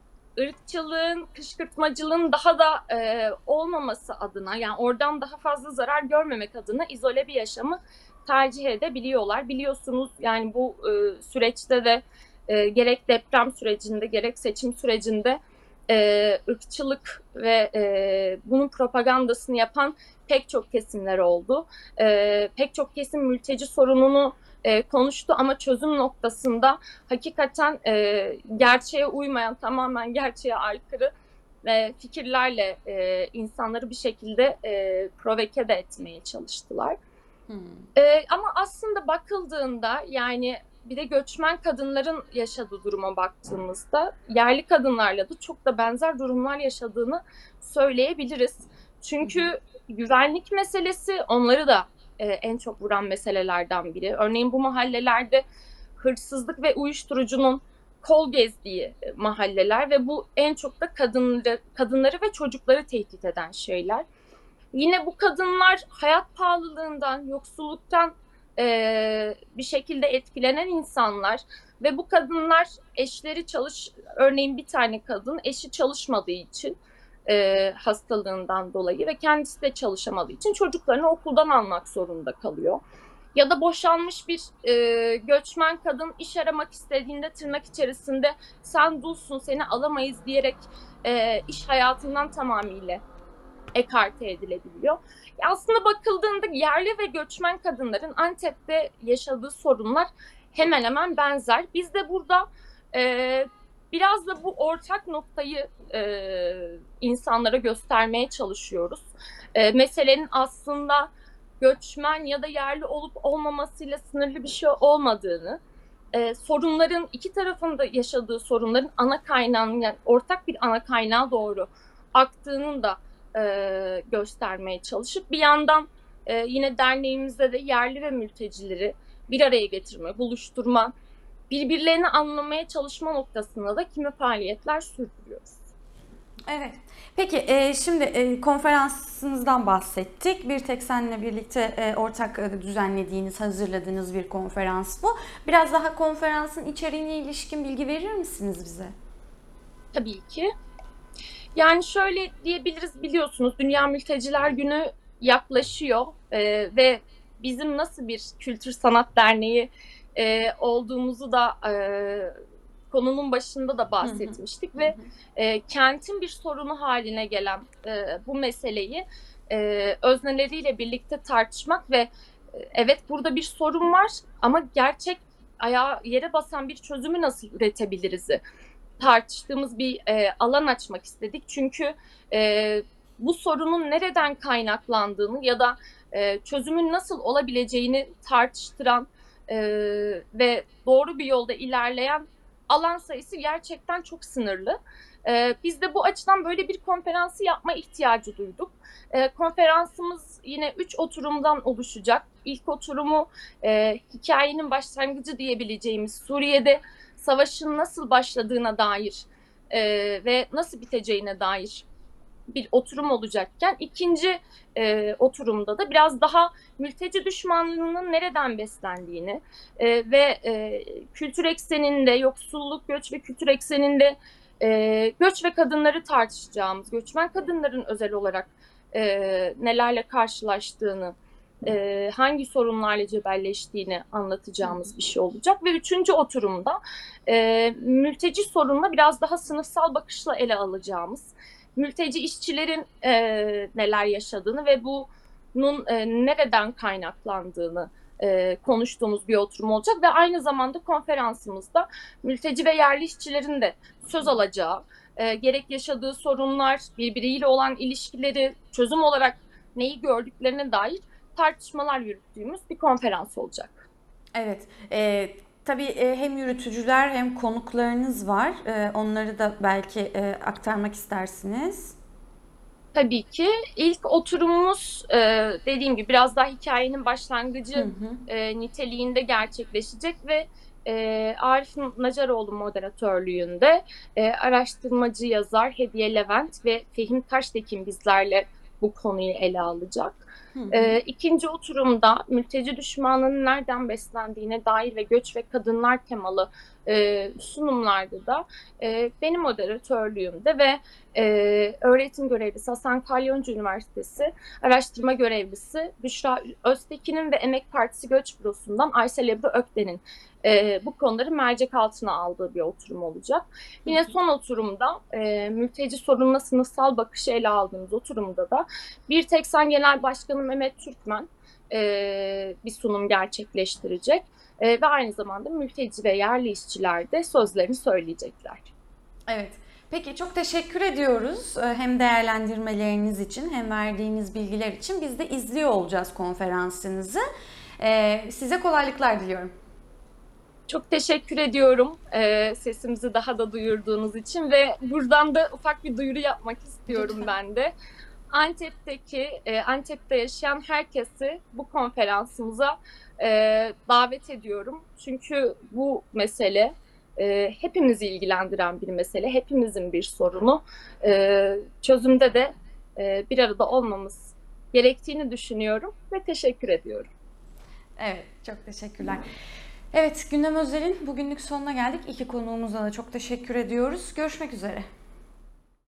ırkçılığın, kışkırtmacılığın daha da e, olmaması adına, yani oradan daha fazla zarar görmemek adına izole bir yaşamı tercih edebiliyorlar. Biliyorsunuz yani bu e, süreçte de e, gerek deprem sürecinde gerek seçim sürecinde e, ırkçılık ve e, bunun propagandasını yapan pek çok kesimler oldu. E, pek çok kesim mülteci sorununu e, konuştu ama çözüm noktasında hakikaten e, gerçeğe uymayan, tamamen gerçeğe aykırı e, fikirlerle e, insanları bir şekilde e, provoke de etmeye çalıştılar. Hmm. E, ama aslında bakıldığında, yani bir de göçmen kadınların yaşadığı duruma baktığımızda yerli kadınlarla da çok da benzer durumlar yaşadığını söyleyebiliriz. Çünkü güvenlik meselesi onları da e, en çok vuran meselelerden biri. Örneğin bu mahallelerde hırsızlık ve uyuşturucunun kol gezdiği mahalleler ve bu en çok da kadınları, kadınları ve çocukları tehdit eden şeyler. Yine bu kadınlar hayat pahalılığından, yoksulluktan e, bir şekilde etkilenen insanlar ve bu kadınlar eşleri çalış, örneğin bir tane kadın eşi çalışmadığı için e, hastalığından dolayı ve kendisi de çalışamadığı için çocuklarını okuldan almak zorunda kalıyor. Ya da boşanmış bir e, göçmen kadın iş aramak istediğinde tırnak içerisinde sen dulsun seni alamayız diyerek e, iş hayatından tamamıyla ekarte edilebiliyor. Aslında bakıldığında yerli ve göçmen kadınların Antep'te yaşadığı sorunlar hemen hemen benzer. Biz de burada e, biraz da bu ortak noktayı e, insanlara göstermeye çalışıyoruz. E, meselenin aslında göçmen ya da yerli olup olmamasıyla sınırlı bir şey olmadığını, e, sorunların iki tarafında yaşadığı sorunların ana kaynağının, yani ortak bir ana kaynağa doğru aktığının da e, göstermeye çalışıp bir yandan e, yine derneğimizde de yerli ve mültecileri bir araya getirme, buluşturma, birbirlerini anlamaya çalışma noktasında da kimi faaliyetler sürdürüyoruz. Evet. Peki e, şimdi e, konferansınızdan bahsettik. Bir tek senle birlikte e, ortak e, düzenlediğiniz, hazırladığınız bir konferans bu. Biraz daha konferansın içeriğine ilişkin bilgi verir misiniz bize? Tabii ki. Yani şöyle diyebiliriz, biliyorsunuz Dünya Mülteciler Günü yaklaşıyor e, ve bizim nasıl bir kültür sanat derneği e, olduğumuzu da e, konunun başında da bahsetmiştik. Hı hı. Ve e, kentin bir sorunu haline gelen e, bu meseleyi e, özneleriyle birlikte tartışmak ve e, evet burada bir sorun var ama gerçek ayağa yere basan bir çözümü nasıl üretebiliriz tartıştığımız bir e, alan açmak istedik. Çünkü e, bu sorunun nereden kaynaklandığını ya da e, çözümün nasıl olabileceğini tartıştıran e, ve doğru bir yolda ilerleyen alan sayısı gerçekten çok sınırlı. E, biz de bu açıdan böyle bir konferansı yapma ihtiyacı duyduk. E, konferansımız yine üç oturumdan oluşacak. İlk oturumu e, hikayenin başlangıcı diyebileceğimiz Suriye'de savaşın nasıl başladığına dair e, ve nasıl biteceğine dair bir oturum olacakken ikinci e, oturumda da biraz daha mülteci düşmanlığının nereden beslendiğini e, ve e, kültür ekseninde, yoksulluk, göç ve kültür ekseninde e, göç ve kadınları tartışacağımız, göçmen kadınların özel olarak e, nelerle karşılaştığını, e, hangi sorunlarla cebelleştiğini anlatacağımız bir şey olacak. Ve üçüncü oturumda e, mülteci sorununa biraz daha sınıfsal bakışla ele alacağımız, mülteci işçilerin e, neler yaşadığını ve bunun e, nereden kaynaklandığını e, konuştuğumuz bir oturum olacak. Ve aynı zamanda konferansımızda mülteci ve yerli işçilerin de söz alacağı, e, gerek yaşadığı sorunlar, birbiriyle olan ilişkileri, çözüm olarak neyi gördüklerine dair tartışmalar yürüttüğümüz bir konferans olacak. Evet, e, tabii e, hem yürütücüler hem konuklarınız var. E, onları da belki e, aktarmak istersiniz. Tabii ki. İlk oturumumuz e, dediğim gibi biraz daha hikayenin başlangıcı hı hı. E, niteliğinde gerçekleşecek ve e, Arif Nacaroğlu moderatörlüğünde e, araştırmacı yazar Hediye Levent ve Fehim Taştekin bizlerle bu konuyu ele alacak. Hı hı. E, ikinci oturumda mülteci düşmanlığının nereden beslendiğine dair ve göç ve kadınlar temalı e, sunumlarda da e, benim moderatörlüğümde ve e, öğretim görevlisi Hasan Kalyoncu Üniversitesi araştırma görevlisi Büşra Öztekin'in ve Emek Partisi Göç Bürosu'ndan Aysel Ebru Ökten'in e, bu konuları mercek altına aldığı bir oturum olacak. Yine son oturumda e, mülteci sorununa sınıfsal bakışı ele aldığımız oturumda da Bir Tek Sen Genel Başkanı Mehmet Türkmen e, bir sunum gerçekleştirecek. E, ve aynı zamanda mülteci ve yerli işçiler de sözlerini söyleyecekler. Evet. Peki çok teşekkür ediyoruz hem değerlendirmeleriniz için hem verdiğiniz bilgiler için. Biz de izliyor olacağız konferansınızı. E, size kolaylıklar diliyorum. Çok teşekkür ediyorum e, sesimizi daha da duyurduğunuz için ve buradan da ufak bir duyuru yapmak istiyorum Lütfen. ben de. Antep'teki, e, Antep'te yaşayan herkesi bu konferansımıza e, davet ediyorum. Çünkü bu mesele e, hepimizi ilgilendiren bir mesele, hepimizin bir sorunu. E, çözümde de e, bir arada olmamız gerektiğini düşünüyorum ve teşekkür ediyorum. Evet, çok teşekkürler. Evet, Gündem Özel'in bugünlük sonuna geldik. İki konuğumuza da çok teşekkür ediyoruz. Görüşmek üzere.